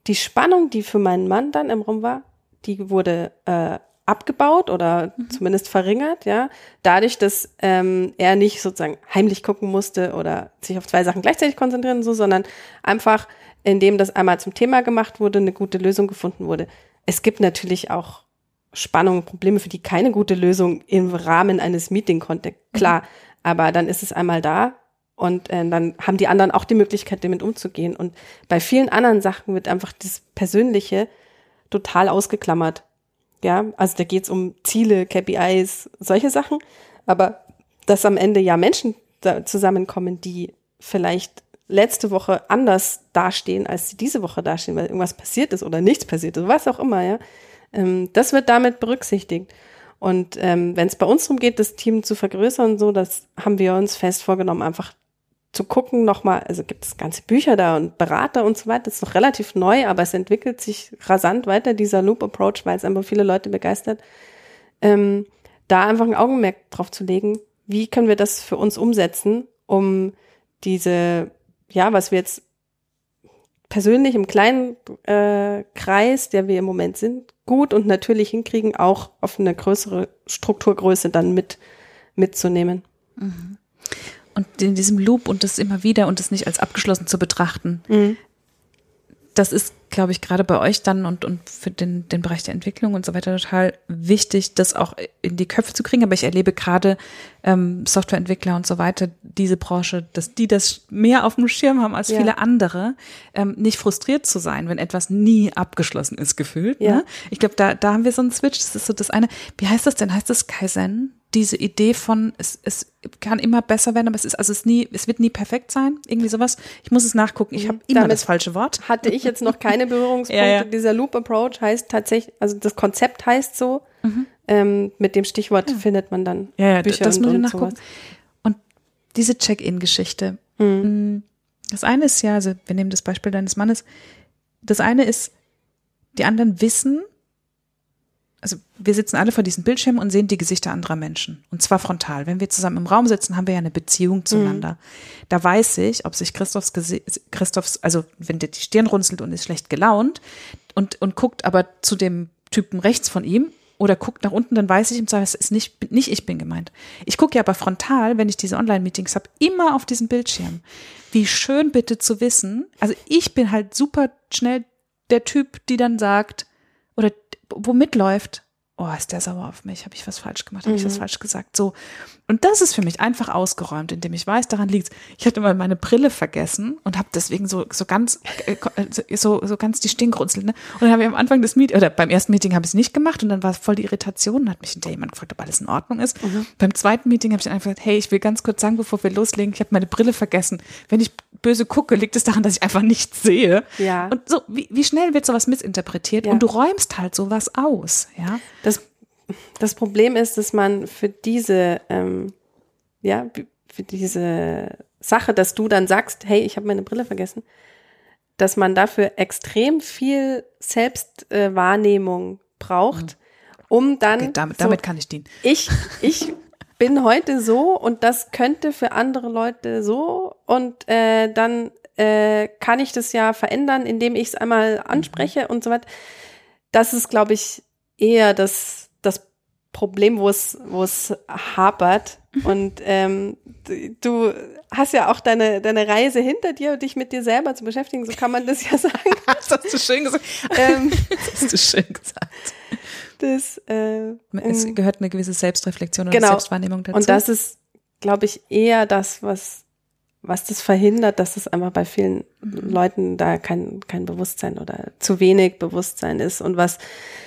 die Spannung, die für meinen Mann dann im Raum war, die wurde abgebaut oder zumindest verringert, ja, dadurch, dass er nicht sozusagen heimlich gucken musste oder sich auf 2 Sachen gleichzeitig konzentrieren und so, sondern einfach, indem das einmal zum Thema gemacht wurde, eine gute Lösung gefunden wurde. Es gibt natürlich auch Spannungen, Probleme, für die keine gute Lösung im Rahmen eines Meetings konnte, klar, aber dann ist es einmal da und dann haben die anderen auch die Möglichkeit, damit umzugehen. Und bei vielen anderen Sachen wird einfach das Persönliche total ausgeklammert. Ja, also da geht's um Ziele, KPIs, solche Sachen, aber dass am Ende ja Menschen da zusammenkommen, die vielleicht letzte Woche anders dastehen, als sie diese Woche dastehen, weil irgendwas passiert ist oder nichts passiert ist, was auch immer, ja, das wird damit berücksichtigt. Und wenn es bei uns darum geht, das Team zu vergrößern und so, das haben wir uns fest vorgenommen, einfach zu gucken nochmal, also gibt es ganze Bücher da und Berater und so weiter, das ist noch relativ neu, aber es entwickelt sich rasant weiter, dieser Loop-Approach, weil es einfach viele Leute begeistert, da einfach ein Augenmerk drauf zu legen, wie können wir das für uns umsetzen, um diese, ja, was wir jetzt persönlich im kleinen Kreis, der wir im Moment sind, gut und natürlich hinkriegen, auch auf eine größere Strukturgröße dann mitzunehmen. Mhm. Und in diesem Loop und das immer wieder und das nicht als abgeschlossen zu betrachten, das ist, glaube ich, gerade bei euch dann und für den Bereich der Entwicklung und so weiter total wichtig, das auch in die Köpfe zu kriegen. Aber ich erlebe gerade Softwareentwickler und so weiter, diese Branche, dass die das mehr auf dem Schirm haben als viele andere, nicht frustriert zu sein, wenn etwas nie abgeschlossen ist, gefühlt. Ja. Ne? Ich glaube, da haben wir so einen Switch. Das ist so das eine. Wie heißt das denn? Heißt das Kaizen? Diese Idee von, es kann immer besser werden, aber es wird nie perfekt sein, irgendwie sowas. Ich muss es nachgucken, ich habe immer das falsche Wort. Hatte ich jetzt noch keine Berührungspunkte. Ja. Dieser Loop-Approach heißt tatsächlich, also das Konzept heißt so, mit dem Stichwort findet man dann Bücher das muss ich und nachgucken. sowas. Und diese Check-in-Geschichte, das eine ist ja, also wir nehmen das Beispiel deines Mannes, das eine ist, die anderen wissen, also wir sitzen alle vor diesem Bildschirm und sehen die Gesichter anderer Menschen. Und zwar frontal. Wenn wir zusammen im Raum sitzen, haben wir ja eine Beziehung zueinander. Da weiß ich, ob sich Christophs, also wenn der die Stirn runzelt und ist schlecht gelaunt und guckt aber zu dem Typen rechts von ihm oder guckt nach unten, dann weiß ich im Zweifel, es ist nicht ich bin gemeint. Ich gucke ja aber frontal, wenn ich diese Online-Meetings habe, immer auf diesen Bildschirm. Wie schön bitte zu wissen, also ich bin halt super schnell der Typ, die dann sagt, oder wo mitläuft, oh, ist der sauer auf mich, habe ich was falsch gemacht, habe ich was falsch gesagt, so. Und das ist für mich einfach ausgeräumt, indem ich weiß, daran liegt's. Ich hatte mal meine Brille vergessen und habe deswegen so ganz die Stirn gerunzelt, ne? Und dann habe ich am Anfang des Meetings, oder beim ersten Meeting habe ich es nicht gemacht und dann war voll die Irritation und hat mich hinterher jemand gefragt, ob alles in Ordnung ist. Beim zweiten Meeting habe ich dann einfach gesagt, hey, ich will ganz kurz sagen, bevor wir loslegen, ich habe meine Brille vergessen. Wenn ich böse gucke, liegt es daran, dass ich einfach nichts sehe. Ja. Und so, wie schnell wird sowas missinterpretiert? Ja. Und du räumst halt sowas aus, ja. Das Problem ist, dass man für diese, für diese Sache, dass du dann sagst, hey, ich habe meine Brille vergessen, dass man dafür extrem viel Selbstwahrnehmung braucht, um dann okay, damit kann ich dienen. Ich bin heute so und das könnte für andere Leute so und dann kann ich das ja verändern, indem ich es einmal anspreche und so weiter. Das ist, glaube ich, eher das Problem, wo es hapert. Und du hast ja auch deine Reise hinter dir, dich mit dir selber zu beschäftigen, so kann man das ja sagen. Das hast du schön gesagt. Das hast du schön gesagt. Es gehört eine gewisse Selbstreflexion und Selbstwahrnehmung dazu. Und das ist, glaube ich, eher das, was das verhindert, dass es einfach bei vielen Leuten da kein Bewusstsein oder zu wenig Bewusstsein ist und was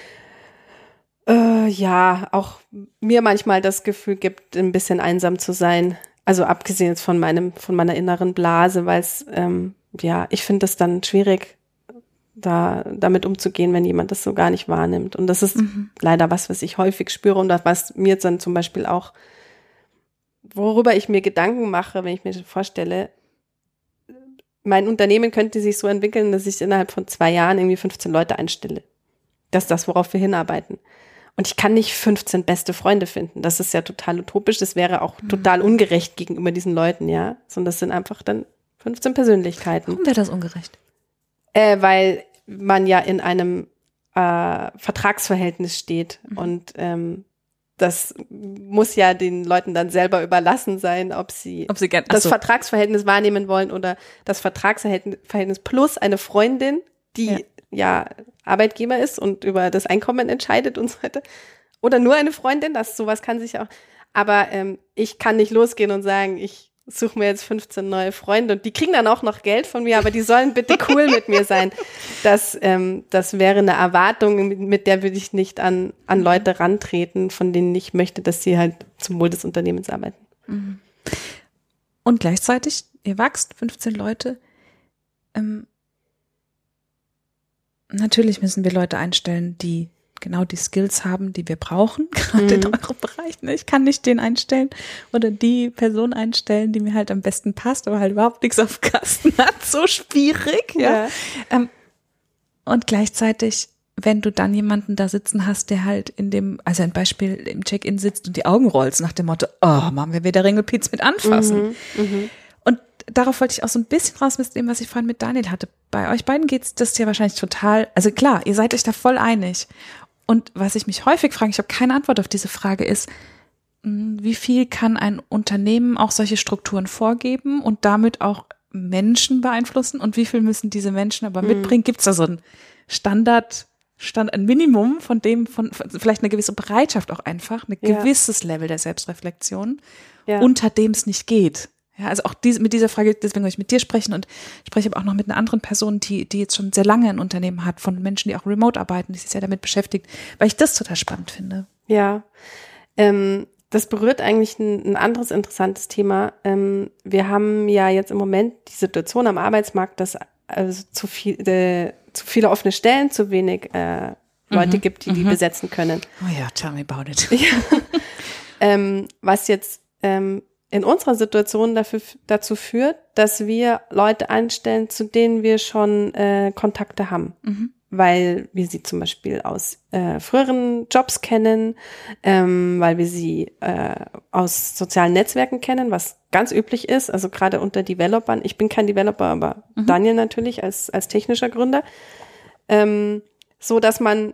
auch mir manchmal das Gefühl gibt, ein bisschen einsam zu sein. Also abgesehen jetzt von meiner inneren Blase, weil es, ich finde es dann schwierig, damit umzugehen, wenn jemand das so gar nicht wahrnimmt. Und das ist leider was ich häufig spüre und was mir jetzt dann zum Beispiel auch, worüber ich mir Gedanken mache, wenn ich mir vorstelle, mein Unternehmen könnte sich so entwickeln, dass ich innerhalb von 2 Jahren irgendwie 15 Leute einstelle. Das ist das, worauf wir hinarbeiten. Und ich kann nicht 15 beste Freunde finden. Das ist ja total utopisch. Das wäre auch total ungerecht gegenüber diesen Leuten, ja. Sondern das sind einfach dann 15 Persönlichkeiten. Warum wäre das ungerecht? Weil man ja in einem Vertragsverhältnis steht und das muss ja den Leuten dann selber überlassen sein, ob sie das Vertragsverhältnis wahrnehmen wollen oder das Vertragsverhältnis plus eine Freundin, die ja Arbeitgeber ist und über das Einkommen entscheidet und so weiter. Oder nur eine Freundin, sowas kann sich auch. Aber ich kann nicht losgehen und sagen, ich suche mir jetzt 15 neue Freunde und die kriegen dann auch noch Geld von mir, aber die sollen bitte cool mit mir sein. Das wäre eine Erwartung, mit der würde ich nicht an Leute rantreten, von denen ich möchte, dass sie halt zum Wohl des Unternehmens arbeiten. Und gleichzeitig, ihr wächst, 15 Leute. Natürlich müssen wir Leute einstellen, die genau die Skills haben, die wir brauchen, gerade in eurem Bereich. Ne? Ich kann nicht den einstellen oder die Person einstellen, die mir halt am besten passt, aber halt überhaupt nichts auf dem Kasten hat. So schwierig. Ja. Und gleichzeitig, wenn du dann jemanden da sitzen hast, der halt also ein Beispiel im Check-in sitzt und die Augen rollt nach dem Motto, machen wir wieder Ringelpiez mit anfassen. Und darauf wollte ich auch so ein bisschen raus mit dem, was ich vorhin mit Daniel hatte. Bei euch beiden geht's das ja wahrscheinlich total, also klar, ihr seid euch da voll einig. Und was ich mich häufig frage, ich habe keine Antwort auf diese Frage, ist, wie viel kann ein Unternehmen auch solche Strukturen vorgeben und damit auch Menschen beeinflussen und wie viel müssen diese Menschen aber mitbringen? Gibt es da so ein ein Minimum von vielleicht eine gewisse Bereitschaft auch einfach, ein gewisses Level der Selbstreflexion, unter dem es nicht geht? Ja, also auch mit dieser Frage, deswegen will ich mit dir sprechen und spreche aber auch noch mit einer anderen Person, die jetzt schon sehr lange ein Unternehmen hat, von Menschen, die auch remote arbeiten, die sich sehr damit beschäftigt, weil ich das total spannend finde. Ja, das berührt eigentlich ein anderes interessantes Thema. Wir haben ja jetzt im Moment die Situation am Arbeitsmarkt, dass also zu viele offene Stellen, zu wenig Leute gibt, die besetzen können. Oh ja, tell me about it. Was jetzt in unserer Situation dazu führt, dass wir Leute einstellen, zu denen wir schon Kontakte haben, weil wir sie zum Beispiel aus früheren Jobs kennen, weil wir sie aus sozialen Netzwerken kennen, was ganz üblich ist, also gerade unter Developern. Ich bin kein Developer, aber Daniel natürlich als technischer Gründer, so dass man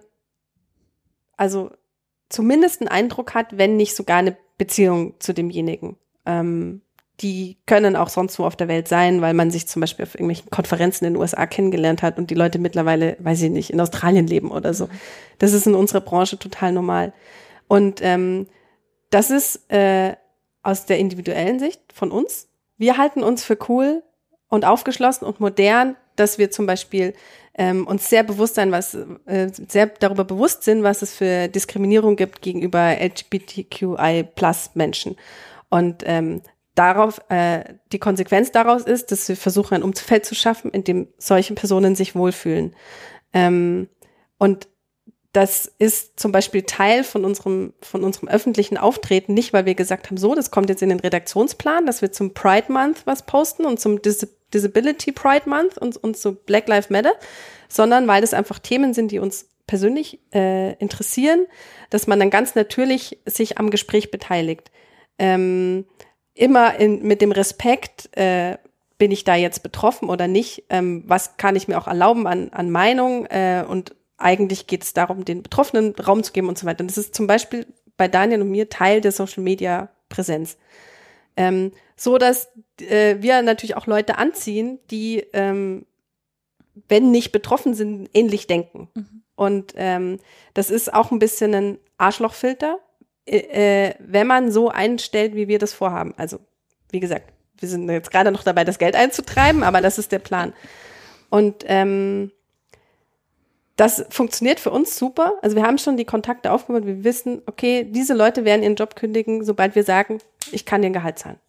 also zumindest einen Eindruck hat, wenn nicht sogar eine Beziehung zu demjenigen. Die können auch sonst wo auf der Welt sein, weil man sich zum Beispiel auf irgendwelchen Konferenzen in den USA kennengelernt hat und die Leute mittlerweile, weiß ich nicht, in Australien leben oder so. Das ist in unserer Branche total normal. Und das ist aus der individuellen Sicht von uns. Wir halten uns für cool und aufgeschlossen und modern, dass wir zum Beispiel uns sehr darüber bewusst sind, was es für Diskriminierung gibt gegenüber LGBTQI+ Und die Konsequenz daraus ist, dass wir versuchen, ein Umfeld zu schaffen, in dem solche Personen sich wohlfühlen. Und das ist zum Beispiel Teil von unserem öffentlichen Auftreten, nicht weil wir gesagt haben, so, das kommt jetzt in den Redaktionsplan, dass wir zum Pride Month was posten und zum Disability Pride Month und zu Black Lives Matter, sondern weil das einfach Themen sind, die uns persönlich interessieren, dass man dann ganz natürlich sich am Gespräch beteiligt. Immer mit dem Respekt, bin ich da jetzt betroffen oder nicht, was kann ich mir auch erlauben an Meinung und eigentlich geht es darum, den Betroffenen Raum zu geben und so weiter. Und das ist zum Beispiel bei Daniel und mir Teil der Social-Media-Präsenz. So, dass wir natürlich auch Leute anziehen, die, wenn nicht betroffen sind, ähnlich denken. Und das ist auch ein bisschen ein Arschlochfilter, wenn man so einstellt, wie wir das vorhaben. Also, wie gesagt, wir sind jetzt gerade noch dabei, das Geld einzutreiben, aber das ist der Plan. Und das funktioniert für uns super. Also wir haben schon die Kontakte aufgebaut. Wir wissen, okay, diese Leute werden ihren Job kündigen, sobald wir sagen, ich kann dir ein Gehalt zahlen.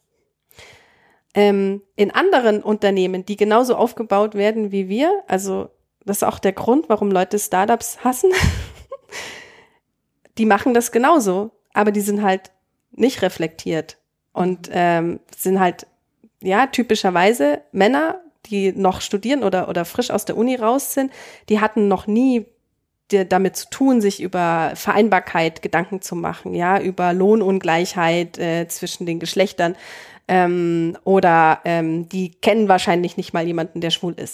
In anderen Unternehmen, die genauso aufgebaut werden wie wir, also das ist auch der Grund, warum Leute Startups hassen, die machen das genauso, aber die sind halt nicht reflektiert und sind halt, ja, typischerweise Männer, die noch studieren oder frisch aus der Uni raus sind, die hatten noch nie damit zu tun, sich über Vereinbarkeit Gedanken zu machen, ja, über Lohnungleichheit zwischen den Geschlechtern oder die kennen wahrscheinlich nicht mal jemanden, der schwul ist.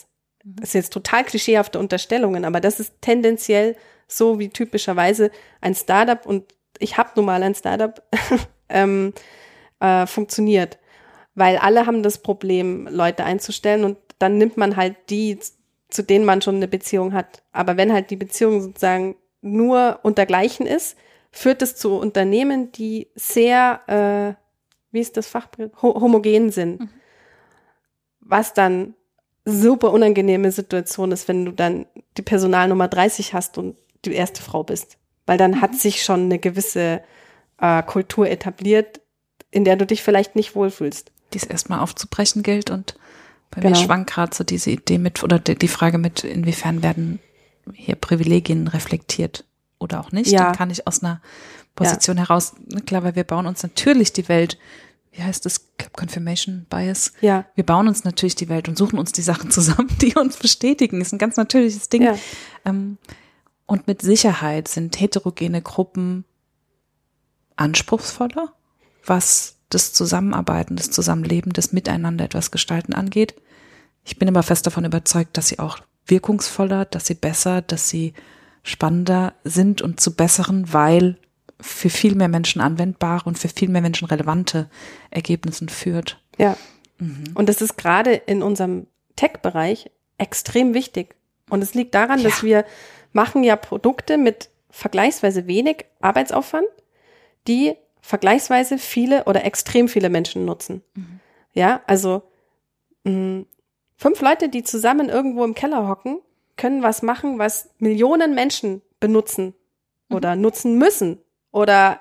Das ist jetzt total klischeehafte Unterstellungen, aber das ist tendenziell so wie typischerweise ein Startup, und ich habe nun mal ein Startup, funktioniert. Weil alle haben das Problem, Leute einzustellen, und dann nimmt man halt die, zu denen man schon eine Beziehung hat. Aber wenn halt die Beziehung sozusagen nur untergleichen ist, führt es zu Unternehmen, die sehr, wie ist das Fachbegriff, homogen sind. Mhm. Was dann super unangenehme Situation ist, wenn du dann die Personalnummer 30 hast und die erste Frau bist. Weil dann hat sich schon eine gewisse Kultur etabliert, in der du dich vielleicht nicht wohlfühlst. Die es erstmal aufzubrechen gilt, und bei mir schwankt gerade so diese Idee mit, oder die Frage mit, inwiefern werden hier Privilegien reflektiert oder auch nicht. Ja. Dann kann ich aus einer Position heraus, klar, weil wir bauen uns natürlich die Welt, wie heißt das, Confirmation Bias? Ja. Wir bauen uns natürlich die Welt und suchen uns die Sachen zusammen, die uns bestätigen. Ist ein ganz natürliches Ding. Ja. Und mit Sicherheit sind heterogene Gruppen anspruchsvoller, was das Zusammenarbeiten, das Zusammenleben, das Miteinander etwas gestalten angeht. Ich bin aber fest davon überzeugt, dass sie auch wirkungsvoller, dass sie besser, dass sie spannender sind und zu besseren, weil für viel mehr Menschen anwendbare und für viel mehr Menschen relevante Ergebnissen führt. Ja. Und das ist gerade in unserem Tech-Bereich extrem wichtig. Und es liegt daran, dass wir machen ja Produkte mit vergleichsweise wenig Arbeitsaufwand, die vergleichsweise viele oder extrem viele Menschen nutzen. Mhm. Ja, also 5 Leute, die zusammen irgendwo im Keller hocken, können was machen, was Millionen Menschen benutzen oder nutzen müssen oder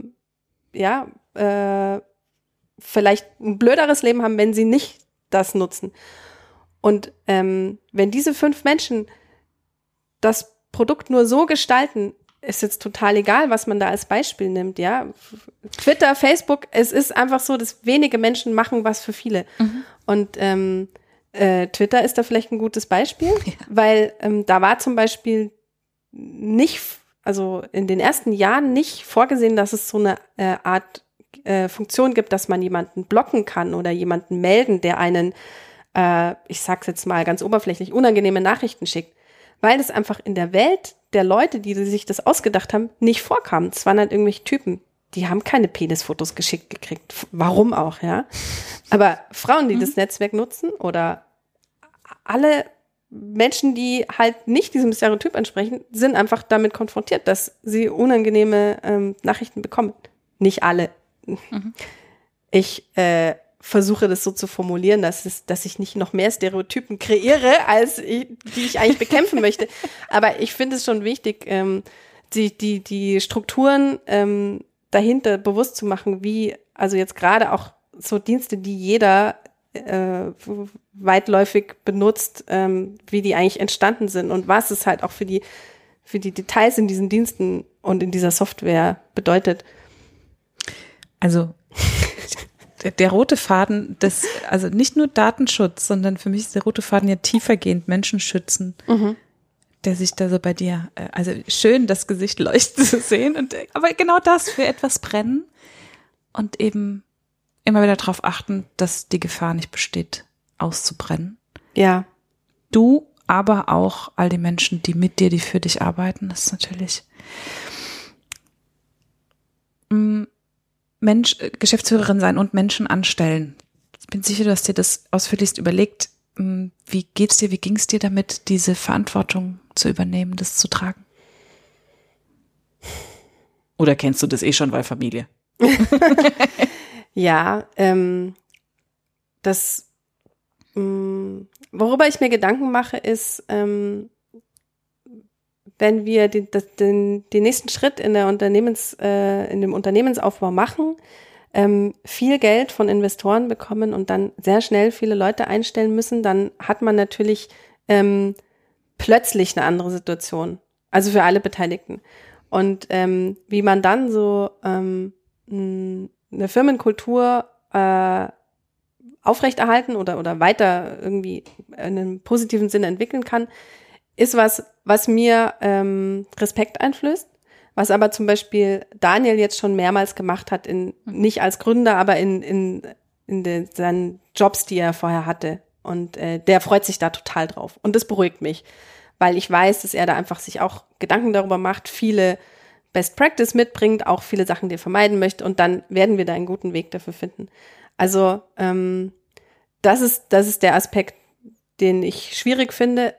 vielleicht ein blöderes Leben haben, wenn sie nicht das nutzen. Und wenn diese 5 Menschen das Produkt nur so gestalten, ist jetzt total egal, was man da als Beispiel nimmt, ja. Twitter, Facebook, es ist einfach so, dass wenige Menschen machen was für viele. Mhm. Und Twitter ist da vielleicht ein gutes Beispiel, weil da war zum Beispiel nicht, also in den ersten Jahren nicht vorgesehen, dass es so eine Art Funktion gibt, dass man jemanden blocken kann oder jemanden melden, der einen, ich sag's jetzt mal ganz oberflächlich, unangenehme Nachrichten schickt. Weil es einfach in der Welt der Leute, die sich das ausgedacht haben, nicht vorkam. Es waren halt irgendwelche Typen, die haben keine Penisfotos geschickt gekriegt. Warum auch, ja? Aber Frauen, die das Netzwerk nutzen, oder alle Menschen, die halt nicht diesem Stereotyp entsprechen, sind einfach damit konfrontiert, dass sie unangenehme Nachrichten bekommen. Nicht alle. Mhm. Ich versuche das so zu formulieren, dass ich nicht noch mehr Stereotypen kreiere, die ich eigentlich bekämpfen möchte. Aber ich finde es schon wichtig, die Strukturen dahinter bewusst zu machen, wie, also jetzt gerade auch so Dienste, die jeder weitläufig benutzt, wie die eigentlich entstanden sind und was es halt auch für die Details in diesen Diensten und in dieser Software bedeutet. Also der rote Faden, also nicht nur Datenschutz, sondern für mich ist der rote Faden ja tiefergehend Menschen schützen, der sich da so bei dir, also schön das Gesicht leuchten zu sehen, aber genau das, für etwas brennen und eben immer wieder darauf achten, dass die Gefahr nicht besteht, auszubrennen. Ja. Du, aber auch all die Menschen, die mit dir, die für dich arbeiten, das ist natürlich Geschäftsführerin sein und Menschen anstellen. Ich bin sicher, du hast dir das ausführlichst überlegt. Wie geht's dir, wie ging's dir damit, diese Verantwortung zu übernehmen, das zu tragen? Oder kennst du das eh schon, weil Familie? Ja, worüber ich mir Gedanken mache, ist, wenn wir den nächsten Schritt in dem Unternehmensaufbau machen, viel Geld von Investoren bekommen und dann sehr schnell viele Leute einstellen müssen, dann hat man natürlich plötzlich eine andere Situation. Also für alle Beteiligten. Und wie man dann so eine Firmenkultur aufrechterhalten oder weiter irgendwie in einem positiven Sinne entwickeln kann, ist was mir Respekt einflößt, was aber zum Beispiel Daniel jetzt schon mehrmals gemacht hat, nicht als Gründer, aber in seinen Jobs, die er vorher hatte. Und der freut sich da total drauf. Und das beruhigt mich, weil ich weiß, dass er da einfach sich auch Gedanken darüber macht, viele Best Practice mitbringt, auch viele Sachen, die er vermeiden möchte. Und dann werden wir da einen guten Weg dafür finden. Also das ist der Aspekt, den ich schwierig finde.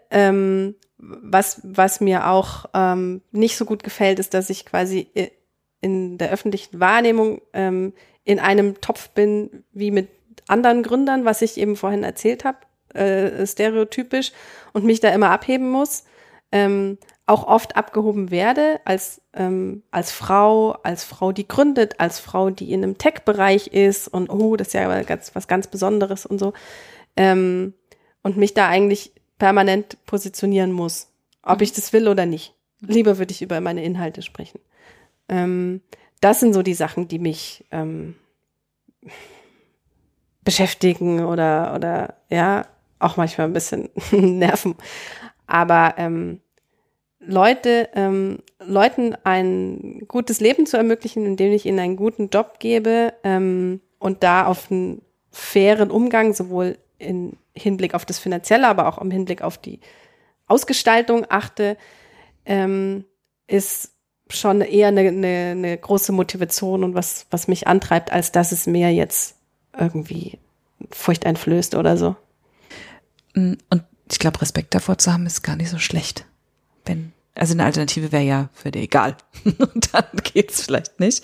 Was mir auch nicht so gut gefällt, ist, dass ich quasi in der öffentlichen Wahrnehmung in einem Topf bin, wie mit anderen Gründern, was ich eben vorhin erzählt habe, stereotypisch, und mich da immer abheben muss. Auch oft abgehoben werde als Frau, die gründet, als Frau, die in einem Tech-Bereich ist und das ist ja was ganz Besonderes und so. Und mich da eigentlich permanent positionieren muss, ob ich das will oder nicht. Lieber würde ich über meine Inhalte sprechen. Das sind so die Sachen, die mich beschäftigen oder ja, auch manchmal ein bisschen nerven. Aber Leuten ein gutes Leben zu ermöglichen, indem ich ihnen einen guten Job gebe und da auf einen fairen Umgang, sowohl in Hinblick auf das Finanzielle, aber auch im Hinblick auf die Ausgestaltung achte, ist schon eher eine große Motivation und was mich antreibt, als dass es mir jetzt irgendwie Furcht einflößt oder so. Und ich glaube, Respekt davor zu haben, ist gar nicht so schlecht. Also eine Alternative wäre ja für dich egal. Und dann geht's vielleicht nicht.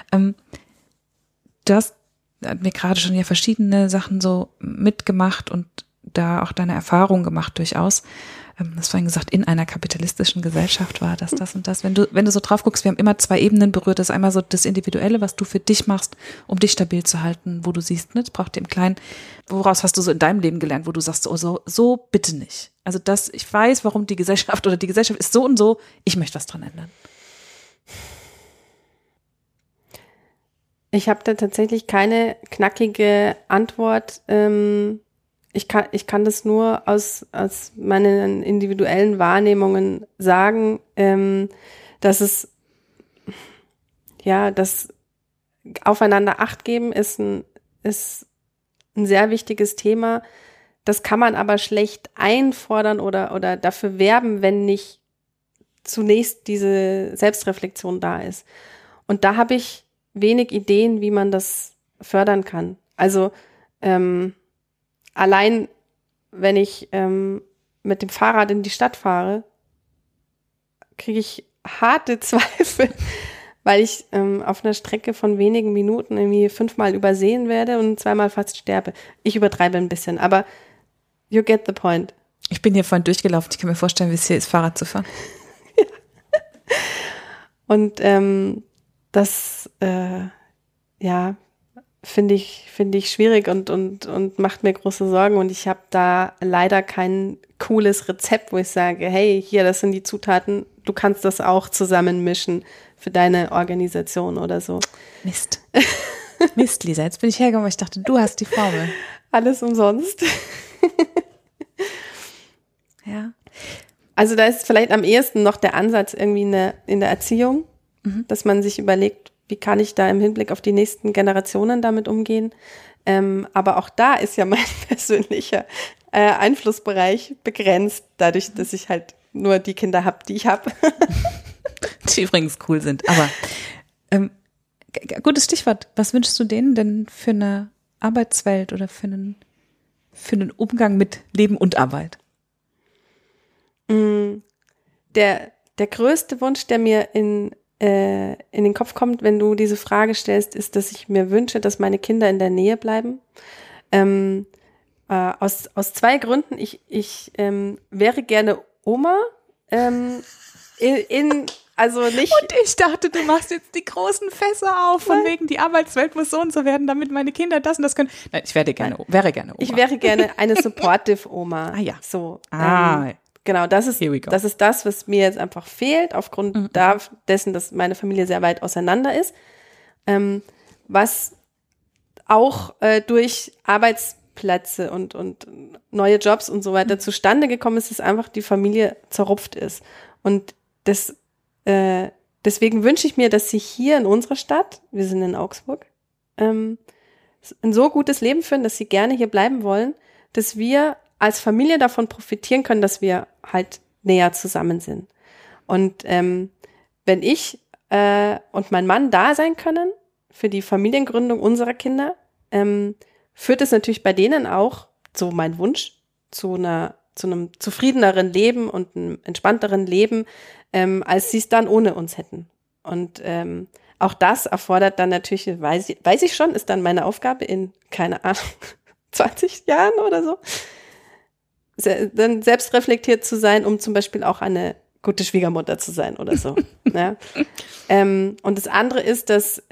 Du hast mir gerade schon ja verschiedene Sachen so mitgemacht und da auch deine Erfahrung gemacht durchaus. Du hast vorhin gesagt, in einer kapitalistischen Gesellschaft war das und das. Wenn du so drauf guckst, wir haben immer 2 Ebenen berührt. Das ist einmal so das Individuelle, was du für dich machst, um dich stabil zu halten, wo du siehst, ne, das braucht dir im Kleinen. Woraus hast du so in deinem Leben gelernt, wo du sagst, so bitte nicht. Also ich weiß, warum die Gesellschaft ist so und so, ich möchte was dran ändern. Ich habe da tatsächlich keine knackige Antwort. Ich kann das nur aus meinen individuellen Wahrnehmungen sagen, dass das Aufeinander Acht geben ist ein sehr wichtiges Thema. Das kann man aber schlecht einfordern oder dafür werben, wenn nicht zunächst diese Selbstreflexion da ist. Und da habe ich wenig Ideen, wie man das fördern kann. Also allein, wenn ich mit dem Fahrrad in die Stadt fahre, kriege ich harte Zweifel, weil ich auf einer Strecke von wenigen Minuten irgendwie 5-mal übersehen werde und 2-mal fast sterbe. Ich übertreibe ein bisschen, aber you get the point. Ich bin hier vorhin durchgelaufen. Ich kann mir vorstellen, wie es hier ist, Fahrrad zu fahren. Und das finde ich schwierig und macht mir große Sorgen. Und ich habe da leider kein cooles Rezept, wo ich sage, hey, hier, das sind die Zutaten, du kannst das auch zusammenmischen für deine Organisation oder so. Mist, Lisa, jetzt bin ich hergekommen, weil ich dachte, du hast die Formel. Alles umsonst. Ja. Also da ist vielleicht am ehesten noch der Ansatz irgendwie in der Erziehung, dass man sich überlegt, wie kann ich da im Hinblick auf die nächsten Generationen damit umgehen. Aber auch da ist ja mein persönlicher Einflussbereich begrenzt, dadurch, dass ich halt nur die Kinder habe, die ich habe. Die übrigens cool sind. Aber gutes Stichwort. Was wünschst du denen denn für eine Arbeitswelt oder für einen Umgang mit Leben und Arbeit? Der größte Wunsch, der mir in den Kopf kommt, wenn du diese Frage stellst, ist, dass ich mir wünsche, dass meine Kinder in der Nähe bleiben. Aus 2 Gründen. Ich wäre gerne Oma. Also nicht. Und ich dachte, du machst jetzt die großen Fässer auf, von wegen, die Arbeitswelt muss so und so werden, damit meine Kinder das und das können. Nein, ich wäre gerne Oma. Ich wäre gerne eine supportive Oma. Ah ja. So. Genau, das ist das, was mir jetzt einfach fehlt, aufgrund dessen, dass meine Familie sehr weit auseinander ist. Was auch durch Arbeitsplätze und neue Jobs und so weiter zustande gekommen ist, dass einfach die Familie zerrupft ist. Und deswegen wünsche ich mir, dass sie hier in unserer Stadt, wir sind in Augsburg, ein so gutes Leben führen, dass sie gerne hier bleiben wollen, dass wir als Familie davon profitieren können, dass wir halt näher zusammen sind. Und wenn ich und mein Mann da sein können für die Familiengründung unserer Kinder, führt es natürlich bei denen auch, so mein Wunsch, zu einem zufriedeneren Leben und einem entspannteren Leben, als sie es dann ohne uns hätten. Und auch das erfordert dann natürlich, weiß ich schon, ist dann meine Aufgabe in, keine Ahnung, 20 Jahren oder so, dann selbst reflektiert zu sein, um zum Beispiel auch eine gute Schwiegermutter zu sein oder so. Ja. Und das andere ist, dass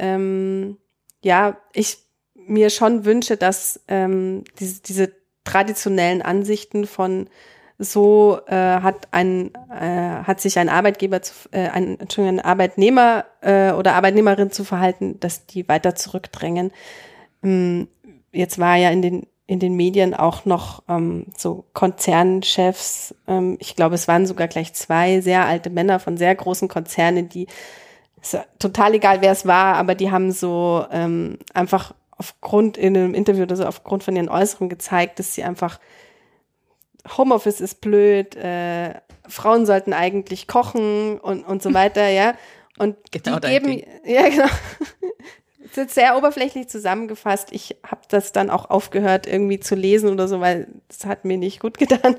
ich mir schon wünsche, dass diese traditionellen Ansichten von so hat sich ein Arbeitgeber, ein Arbeitnehmer oder Arbeitnehmerin zu verhalten, dass die weiter zurückdrängen. Jetzt war ja in den Medien auch noch so Konzernchefs, ich glaube, es waren sogar gleich 2 sehr alte Männer von sehr großen Konzernen, die, ist ja total egal, wer es war, aber die haben so einfach aufgrund in einem Interview oder so aufgrund von ihren Äußerungen gezeigt, dass sie einfach Homeoffice ist blöd, Frauen sollten eigentlich kochen und so weiter, ja. Und genau, die geben, ja genau, das ist jetzt sehr oberflächlich zusammengefasst. Ich habe das dann auch aufgehört irgendwie zu lesen oder so, weil das hat mir nicht gut getan.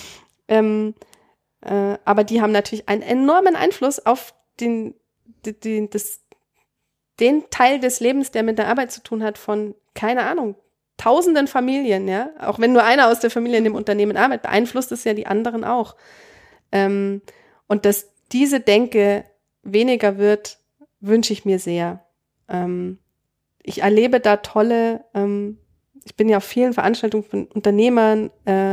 Aber die haben natürlich einen enormen Einfluss auf den Teil des Lebens, der mit der Arbeit zu tun hat, von, keine Ahnung, tausenden Familien, ja. Auch wenn nur einer aus der Familie in dem Unternehmen arbeitet, beeinflusst es ja die anderen auch. Und dass diese Denke weniger wird, wünsche ich mir sehr. Ich erlebe da tolle, ich bin ja auf vielen Veranstaltungen von Unternehmern,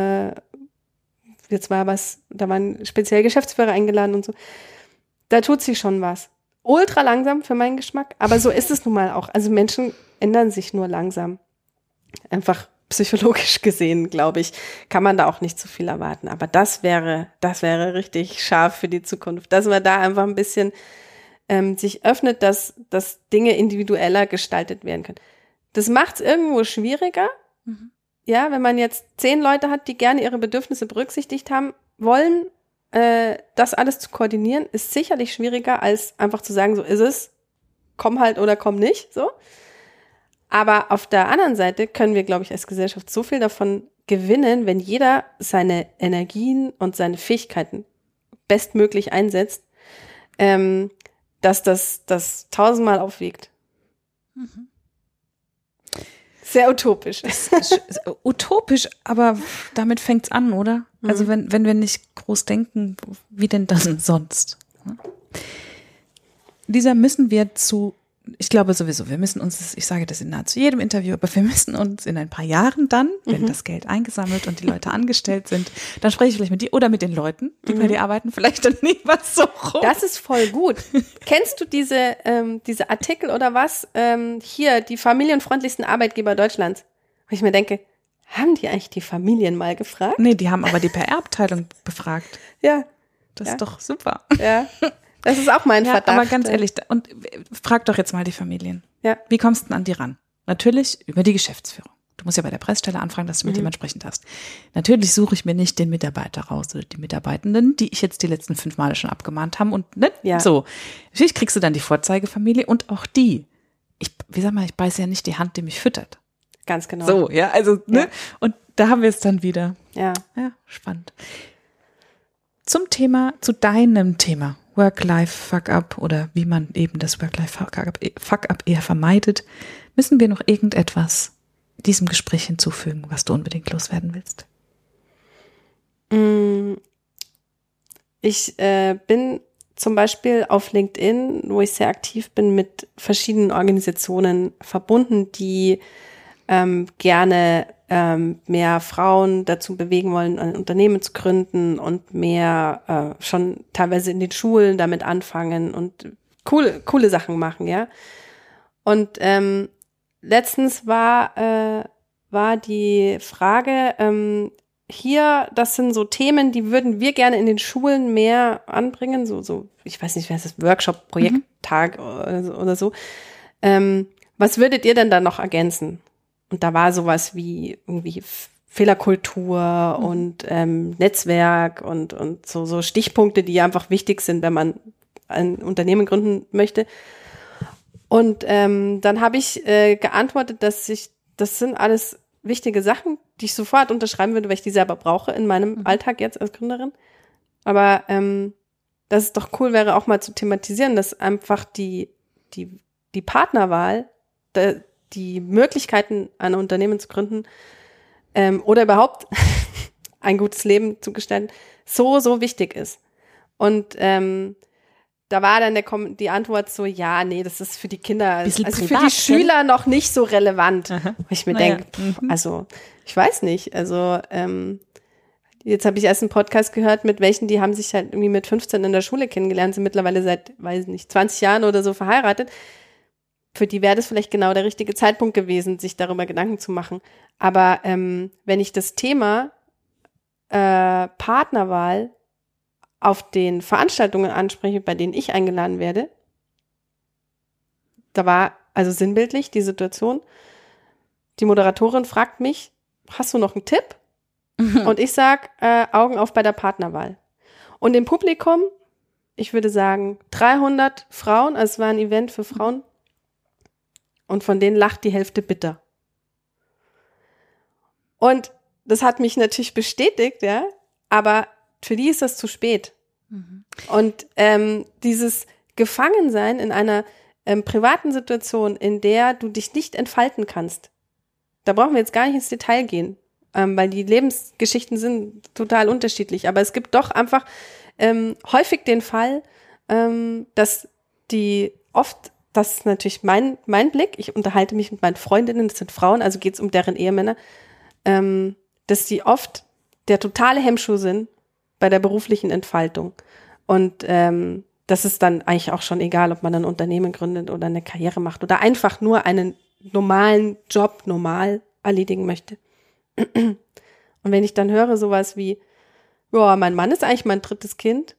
jetzt da waren speziell Geschäftsführer eingeladen und so. Da tut sich schon was. Ultra langsam für meinen Geschmack, aber so ist es nun mal auch. Also Menschen ändern sich nur langsam. Einfach psychologisch gesehen, glaube ich, kann man da auch nicht zu viel erwarten. Aber das wäre richtig scharf für die Zukunft, dass man da einfach ein bisschen sich öffnet, dass Dinge individueller gestaltet werden können. Das macht es irgendwo schwieriger. Mhm. Ja, wenn man jetzt 10 Leute hat, die gerne ihre Bedürfnisse berücksichtigt haben wollen, das alles zu koordinieren, ist sicherlich schwieriger, als einfach zu sagen, so ist es, komm halt oder komm nicht, so. Aber auf der anderen Seite können wir, glaube ich, als Gesellschaft so viel davon gewinnen, wenn jeder seine Energien und seine Fähigkeiten bestmöglich einsetzt, dass das 1000-mal aufwiegt. Mhm. Sehr utopisch. Ist utopisch, aber damit fängt's an, oder? Mhm. Also wenn wir nicht groß denken, wie denn dann sonst? Lisa, müssen wir ich glaube sowieso, wir müssen uns, ich sage das in nahezu jedem Interview, aber wir müssen uns in ein paar Jahren dann, wenn das Geld eingesammelt und die Leute angestellt sind, dann spreche ich vielleicht mit dir oder mit den Leuten, die bei dir arbeiten, vielleicht dann nie was so rum. Das ist voll gut. Kennst du diese Artikel oder was? Hier, die familienfreundlichsten Arbeitgeber Deutschlands. Wo ich mir denke, haben die eigentlich die Familien mal gefragt? Nee, die haben aber die PR-Abteilung befragt. Ja. Das ist doch super. Ja. Das ist auch mein Verdacht. Aber ganz ehrlich, und frag doch jetzt mal die Familien. Ja. Wie kommst du denn an die ran? Natürlich über die Geschäftsführung. Du musst ja bei der Pressestelle anfragen, dass du mit jemand sprechen darfst. Natürlich suche ich mir nicht den Mitarbeiter raus oder die Mitarbeitenden, die ich jetzt die letzten 5 Male schon abgemahnt haben und ne, so. Natürlich kriegst du dann die Vorzeigefamilie und auch die. Ich beiße ja nicht die Hand, die mich füttert. Ganz genau. So, ja, also, ne? Ja. Und da haben wir es dann wieder. Ja. Ja, spannend. Zu deinem Thema. Work-Life-Fuck-up oder wie man eben das Work-Life-Fuck-up eher vermeidet, müssen wir noch irgendetwas diesem Gespräch hinzufügen, was du unbedingt loswerden willst? Ich bin zum Beispiel auf LinkedIn, wo ich sehr aktiv bin, mit verschiedenen Organisationen verbunden, die gerne mehr Frauen dazu bewegen wollen, ein Unternehmen zu gründen und mehr schon teilweise in den Schulen damit anfangen und coole Sachen machen, ja. Und letztens war die Frage, hier, das sind so Themen, die würden wir gerne in den Schulen mehr anbringen, so ich weiß nicht, wie heißt das, Workshop, Projekttag oder so. Was würdet ihr denn da noch ergänzen? Und da war sowas wie irgendwie Fehlerkultur und Netzwerk und so Stichpunkte, die einfach wichtig sind, wenn man ein Unternehmen gründen möchte. Und dann habe ich geantwortet, dass das sind alles wichtige Sachen, die ich sofort unterschreiben würde, weil ich die selber brauche in meinem Alltag jetzt als Gründerin. Aber dass es doch cool wäre, auch mal zu thematisieren, dass einfach die Partnerwahl, die Möglichkeiten, ein Unternehmen zu gründen oder überhaupt ein gutes Leben zu gestalten, so wichtig ist. Und da war dann die Antwort so, ja, nee, das ist für die Kinder, also privat, für die Schüler noch nicht so relevant. Wo ich mir denke, also ich weiß nicht, also jetzt habe ich erst einen Podcast gehört mit welchen, die haben sich halt irgendwie mit 15 in der Schule kennengelernt, sind mittlerweile seit, weiß nicht, 20 Jahren oder so verheiratet. Für die wäre das vielleicht genau der richtige Zeitpunkt gewesen, sich darüber Gedanken zu machen. Aber wenn ich das Thema Partnerwahl auf den Veranstaltungen anspreche, bei denen ich eingeladen werde, da war also sinnbildlich die Situation, die Moderatorin fragt mich, hast du noch einen Tipp? Und ich sag, Augen auf bei der Partnerwahl. Und im Publikum, ich würde sagen, 300 Frauen, also es war ein Event für Frauen, und von denen lacht die Hälfte bitter. Und das hat mich natürlich bestätigt, ja, aber für die ist das zu spät. Und dieses Gefangensein in einer privaten Situation, in der du dich nicht entfalten kannst, da brauchen wir jetzt gar nicht ins Detail gehen, weil die Lebensgeschichten sind total unterschiedlich. Aber es gibt doch einfach häufig den Fall, dass die oft, das ist natürlich mein Blick, ich unterhalte mich mit meinen Freundinnen, das sind Frauen, also geht es um deren Ehemänner, dass die oft der totale Hemmschuh sind bei der beruflichen Entfaltung. Und das ist dann eigentlich auch schon egal, ob man ein Unternehmen gründet oder eine Karriere macht oder einfach nur einen normalen Job normal erledigen möchte. Und wenn ich dann höre sowas wie, ja, mein Mann ist eigentlich mein drittes Kind,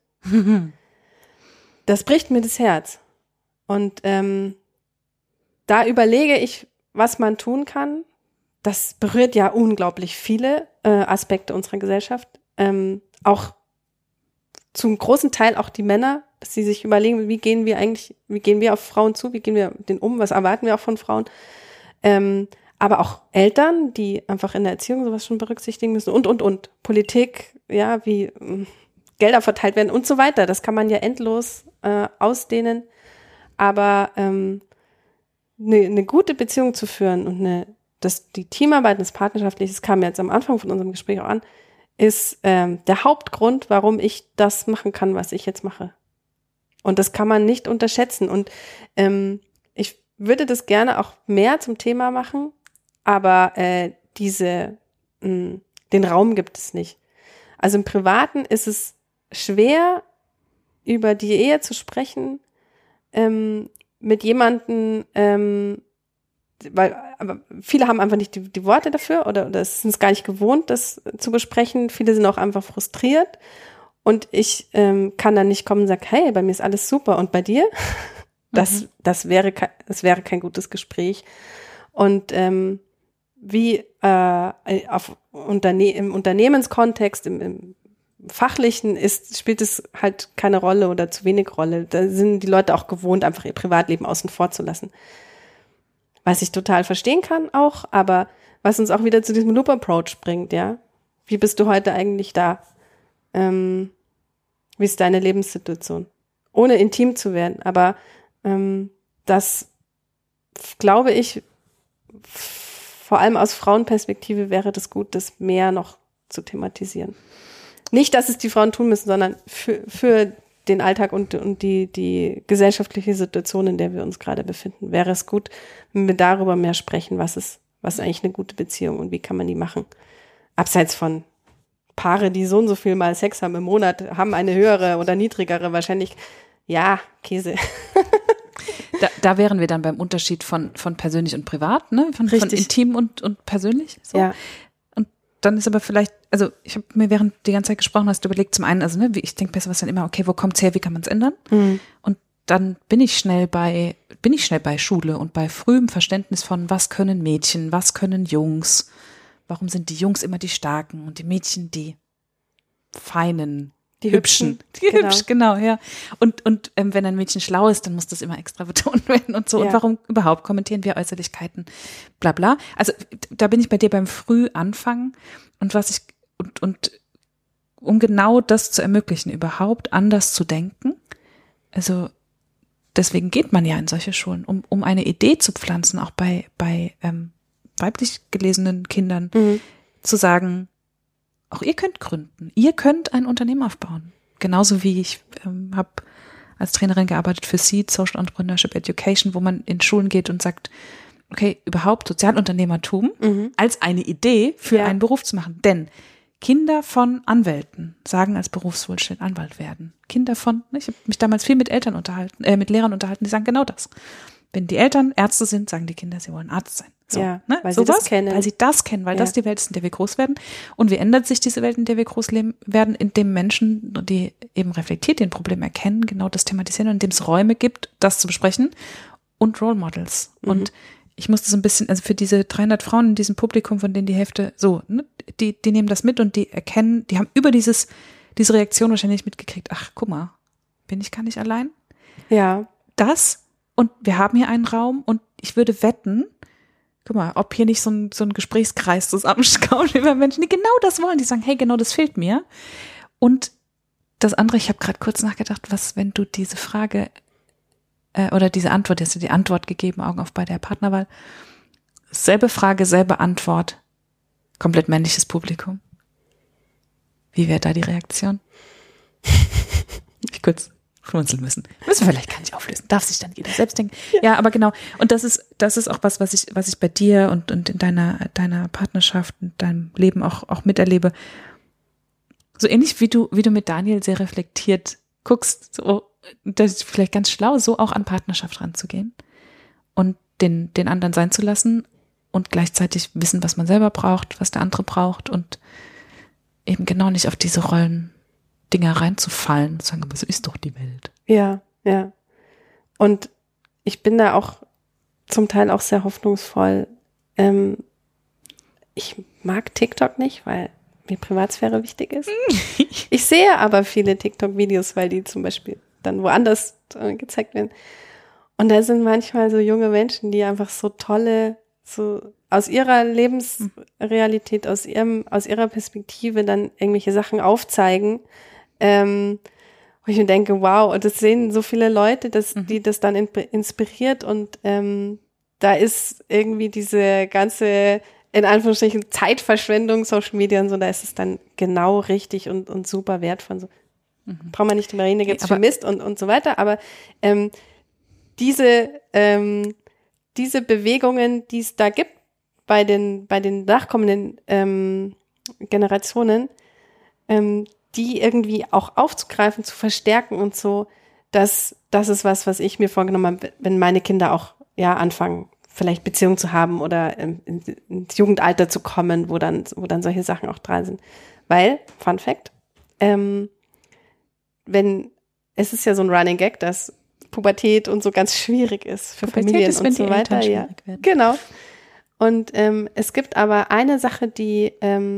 das bricht mir das Herz. Und da überlege ich, was man tun kann. Das berührt ja unglaublich viele Aspekte unserer Gesellschaft. Auch zum großen Teil auch die Männer, dass sie sich überlegen, wie gehen wir auf Frauen zu, wie gehen wir mit denen um, was erwarten wir auch von Frauen. Aber auch Eltern, die einfach in der Erziehung sowas schon berücksichtigen müssen und. Politik, ja, wie Gelder verteilt werden und so weiter. Das kann man ja endlos ausdehnen. Aber eine gute Beziehung zu führen und die Teamarbeit, das Partnerschaftliche, das kam jetzt am Anfang von unserem Gespräch auch an, ist der Hauptgrund, warum ich das machen kann, was ich jetzt mache. Und das kann man nicht unterschätzen. Und ich würde das gerne auch mehr zum Thema machen, aber den Raum gibt es nicht. Also im Privaten ist es schwer, über die Ehe zu sprechen, mit jemandem, aber viele haben einfach nicht die Worte dafür oder sind es gar nicht gewohnt, das zu besprechen. Viele sind auch einfach frustriert und ich kann dann nicht kommen und sagen, hey, bei mir ist alles super und bei dir? Das wäre kein gutes Gespräch. Und wie im Unternehmenskontext, im Fachlichen spielt es halt keine Rolle oder zu wenig Rolle. Da sind die Leute auch gewohnt, einfach ihr Privatleben außen vor zu lassen. Was ich total verstehen kann auch, aber was uns auch wieder zu diesem Loop-Approach bringt, ja. Wie bist du heute eigentlich da? Wie ist deine Lebenssituation? Ohne intim zu werden, aber das, glaube ich, vor allem aus Frauenperspektive wäre das gut, das mehr noch zu thematisieren. Nicht, dass es die Frauen tun müssen, sondern für den Alltag und die gesellschaftliche Situation, in der wir uns gerade befinden, wäre es gut, wenn wir darüber mehr sprechen, was ist eigentlich eine gute Beziehung und wie kann man die machen. Abseits von Paare, die so und so viel mal Sex haben im Monat, haben eine höhere oder niedrigere wahrscheinlich, ja, Käse. Da wären wir dann beim Unterschied von persönlich und privat, ne? Von intim und persönlich. So. Ja. Und dann ist aber vielleicht, also ich habe mir während die ganze Zeit gesprochen hast, überlegt zum einen, also ne, ich denke besser was dann immer, okay, wo kommt's her, wie kann man es ändern? Und dann bin ich schnell bei Schule und bei frühem Verständnis von, was können Mädchen, was können Jungs, Warum sind die Jungs immer die Starken und die Mädchen die Feinen, Die Hübschen? Die hübsch, genau, ja. Und wenn ein Mädchen schlau ist, dann muss das immer extra betont werden und so. Ja. Und warum überhaupt kommentieren wir Äußerlichkeiten? Bla bla. Also da bin ich bei dir beim Frühanfang und und um genau das zu ermöglichen, überhaupt anders zu denken. Also deswegen geht man ja in solche Schulen, um eine Idee zu pflanzen, auch bei weiblich gelesenen Kindern, zu sagen, auch ihr könnt gründen, ihr könnt ein Unternehmen aufbauen. Genauso wie ich habe als Trainerin gearbeitet für SEED, Social Entrepreneurship Education, wo man in Schulen geht und sagt, okay, überhaupt Sozialunternehmertum als eine Idee für einen Beruf zu machen. Denn Kinder von Anwälten sagen als Berufswunsch Anwalt werden. Kinder von, ich habe mich damals viel mit Lehrern unterhalten, die sagen genau das. Wenn die Eltern Ärzte sind, sagen die Kinder, sie wollen Arzt sein. So, Ja, ne? weil sie das kennen. Weil sie das kennen, weil das die Welt ist, in der wir groß werden. Und wie ändert sich diese Welt, in der wir groß werden, indem Menschen, die eben reflektiert, die ein Problem erkennen, genau das thematisieren und indem es Räume gibt, das zu besprechen und Role Models. Und ich musste so ein bisschen, also für diese 300 Frauen in diesem Publikum, von denen die Hälfte so, ne, die nehmen das mit und die erkennen, die haben über diese Reaktion wahrscheinlich mitgekriegt, ach, guck mal, bin ich gar nicht allein? Ja. Das, und wir haben hier einen Raum und ich würde wetten, guck mal, ob hier nicht so ein Gesprächskreis zusammenkommt über Menschen, die genau das wollen, die sagen, hey, genau das fehlt mir. Und das andere, ich habe gerade kurz nachgedacht, was, wenn du diese Frage oder diese Antwort, hast du die Antwort gegeben, Augen auf bei der Partnerwahl, selbe Frage, selbe Antwort, komplett männliches Publikum. Wie wäre da die Reaktion? Ich kurz schmunzeln müssen. Müssen wir vielleicht gar nicht auflösen. Darf sich dann jeder selbst denken. Ja, aber genau. Und das ist auch was ich bei dir und in deiner Partnerschaft und deinem Leben auch miterlebe. So ähnlich wie du mit Daniel sehr reflektiert guckst, so, das ist vielleicht ganz schlau, so auch an Partnerschaft ranzugehen und den anderen sein zu lassen und gleichzeitig wissen, was man selber braucht, was der andere braucht und eben genau nicht auf diese Rollen-Dinger reinzufallen und sagen, aber so ist doch die Welt. Ja, ja. Und ich bin da auch zum Teil auch sehr hoffnungsvoll. Ich mag TikTok nicht, weil mir Privatsphäre wichtig ist. Ich sehe aber viele TikTok-Videos, weil die zum Beispiel dann woanders gezeigt werden. Und da sind manchmal so junge Menschen, die einfach so tolle, so aus ihrer Lebensrealität, aus ihrer Perspektive dann irgendwelche Sachen aufzeigen, wo ich mir denke, wow, und das sehen so viele Leute, die das dann inspiriert und da ist irgendwie diese ganze, in Anführungsstrichen, Zeitverschwendung, Social Media und so, da ist es dann genau richtig und super wertvoll. So. Braucht man nicht drüber reden, da gibt's viel Mist und so weiter, aber diese Bewegungen, die es da gibt bei den nachkommenden Generationen, die irgendwie auch aufzugreifen, zu verstärken und so, das ist was ich mir vorgenommen habe, wenn meine Kinder auch anfangen, vielleicht Beziehungen zu haben oder ins Jugendalter zu kommen, wo dann solche Sachen auch dran sind. Weil, Fun Fact, es ist ja so ein Running Gag, dass Pubertät und so ganz schwierig ist für Familien und so weiter. Ja, genau. Und es gibt aber eine Sache, die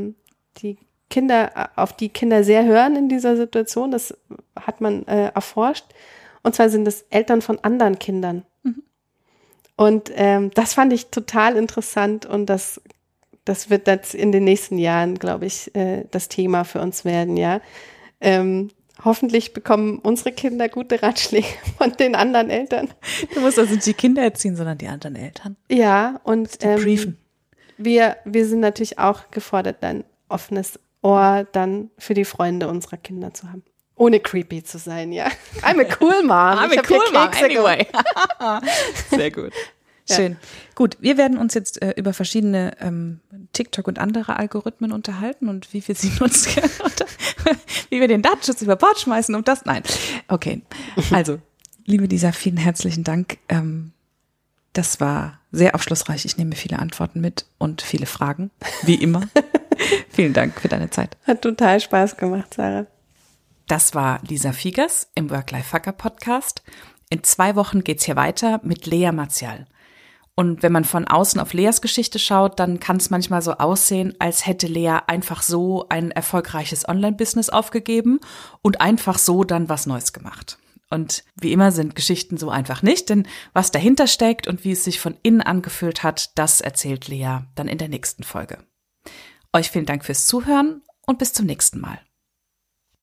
auf die Kinder sehr hören in dieser Situation, das hat man erforscht, und zwar sind es Eltern von anderen Kindern. Und das fand ich total interessant und das wird jetzt in den nächsten Jahren, glaube ich, das Thema für uns werden, ja. Hoffentlich bekommen unsere Kinder gute Ratschläge von den anderen Eltern. Du musst also nicht die Kinder erziehen, sondern die anderen Eltern. Ja, und briefen. Wir sind natürlich auch gefordert, ein offenes Ohr dann für die Freunde unserer Kinder zu haben. Ohne creepy zu sein, ja. I'm a cool mom. I'm a cool mom, anyway. Sehr gut. Schön. Ja. Gut, wir werden uns jetzt über verschiedene TikTok und andere Algorithmen unterhalten und wie wir sie nutzen, wie wir den Datenschutz über Bord schmeißen und das. Nein. Okay. Also, liebe Lisa, vielen herzlichen Dank. Das war sehr aufschlussreich. Ich nehme viele Antworten mit und viele Fragen, wie immer. Vielen Dank für deine Zeit. Hat total Spaß gemacht, Sarah. Das war Lisa Figers im Work-Life-Fucker Podcast. In 2 Wochen geht's hier weiter mit Lea Martial. Und wenn man von außen auf Leas Geschichte schaut, dann kann es manchmal so aussehen, als hätte Lea einfach so ein erfolgreiches Online-Business aufgegeben und einfach so dann was Neues gemacht. Und wie immer sind Geschichten so einfach nicht, denn was dahinter steckt und wie es sich von innen angefühlt hat, das erzählt Lea dann in der nächsten Folge. Euch vielen Dank fürs Zuhören und bis zum nächsten Mal.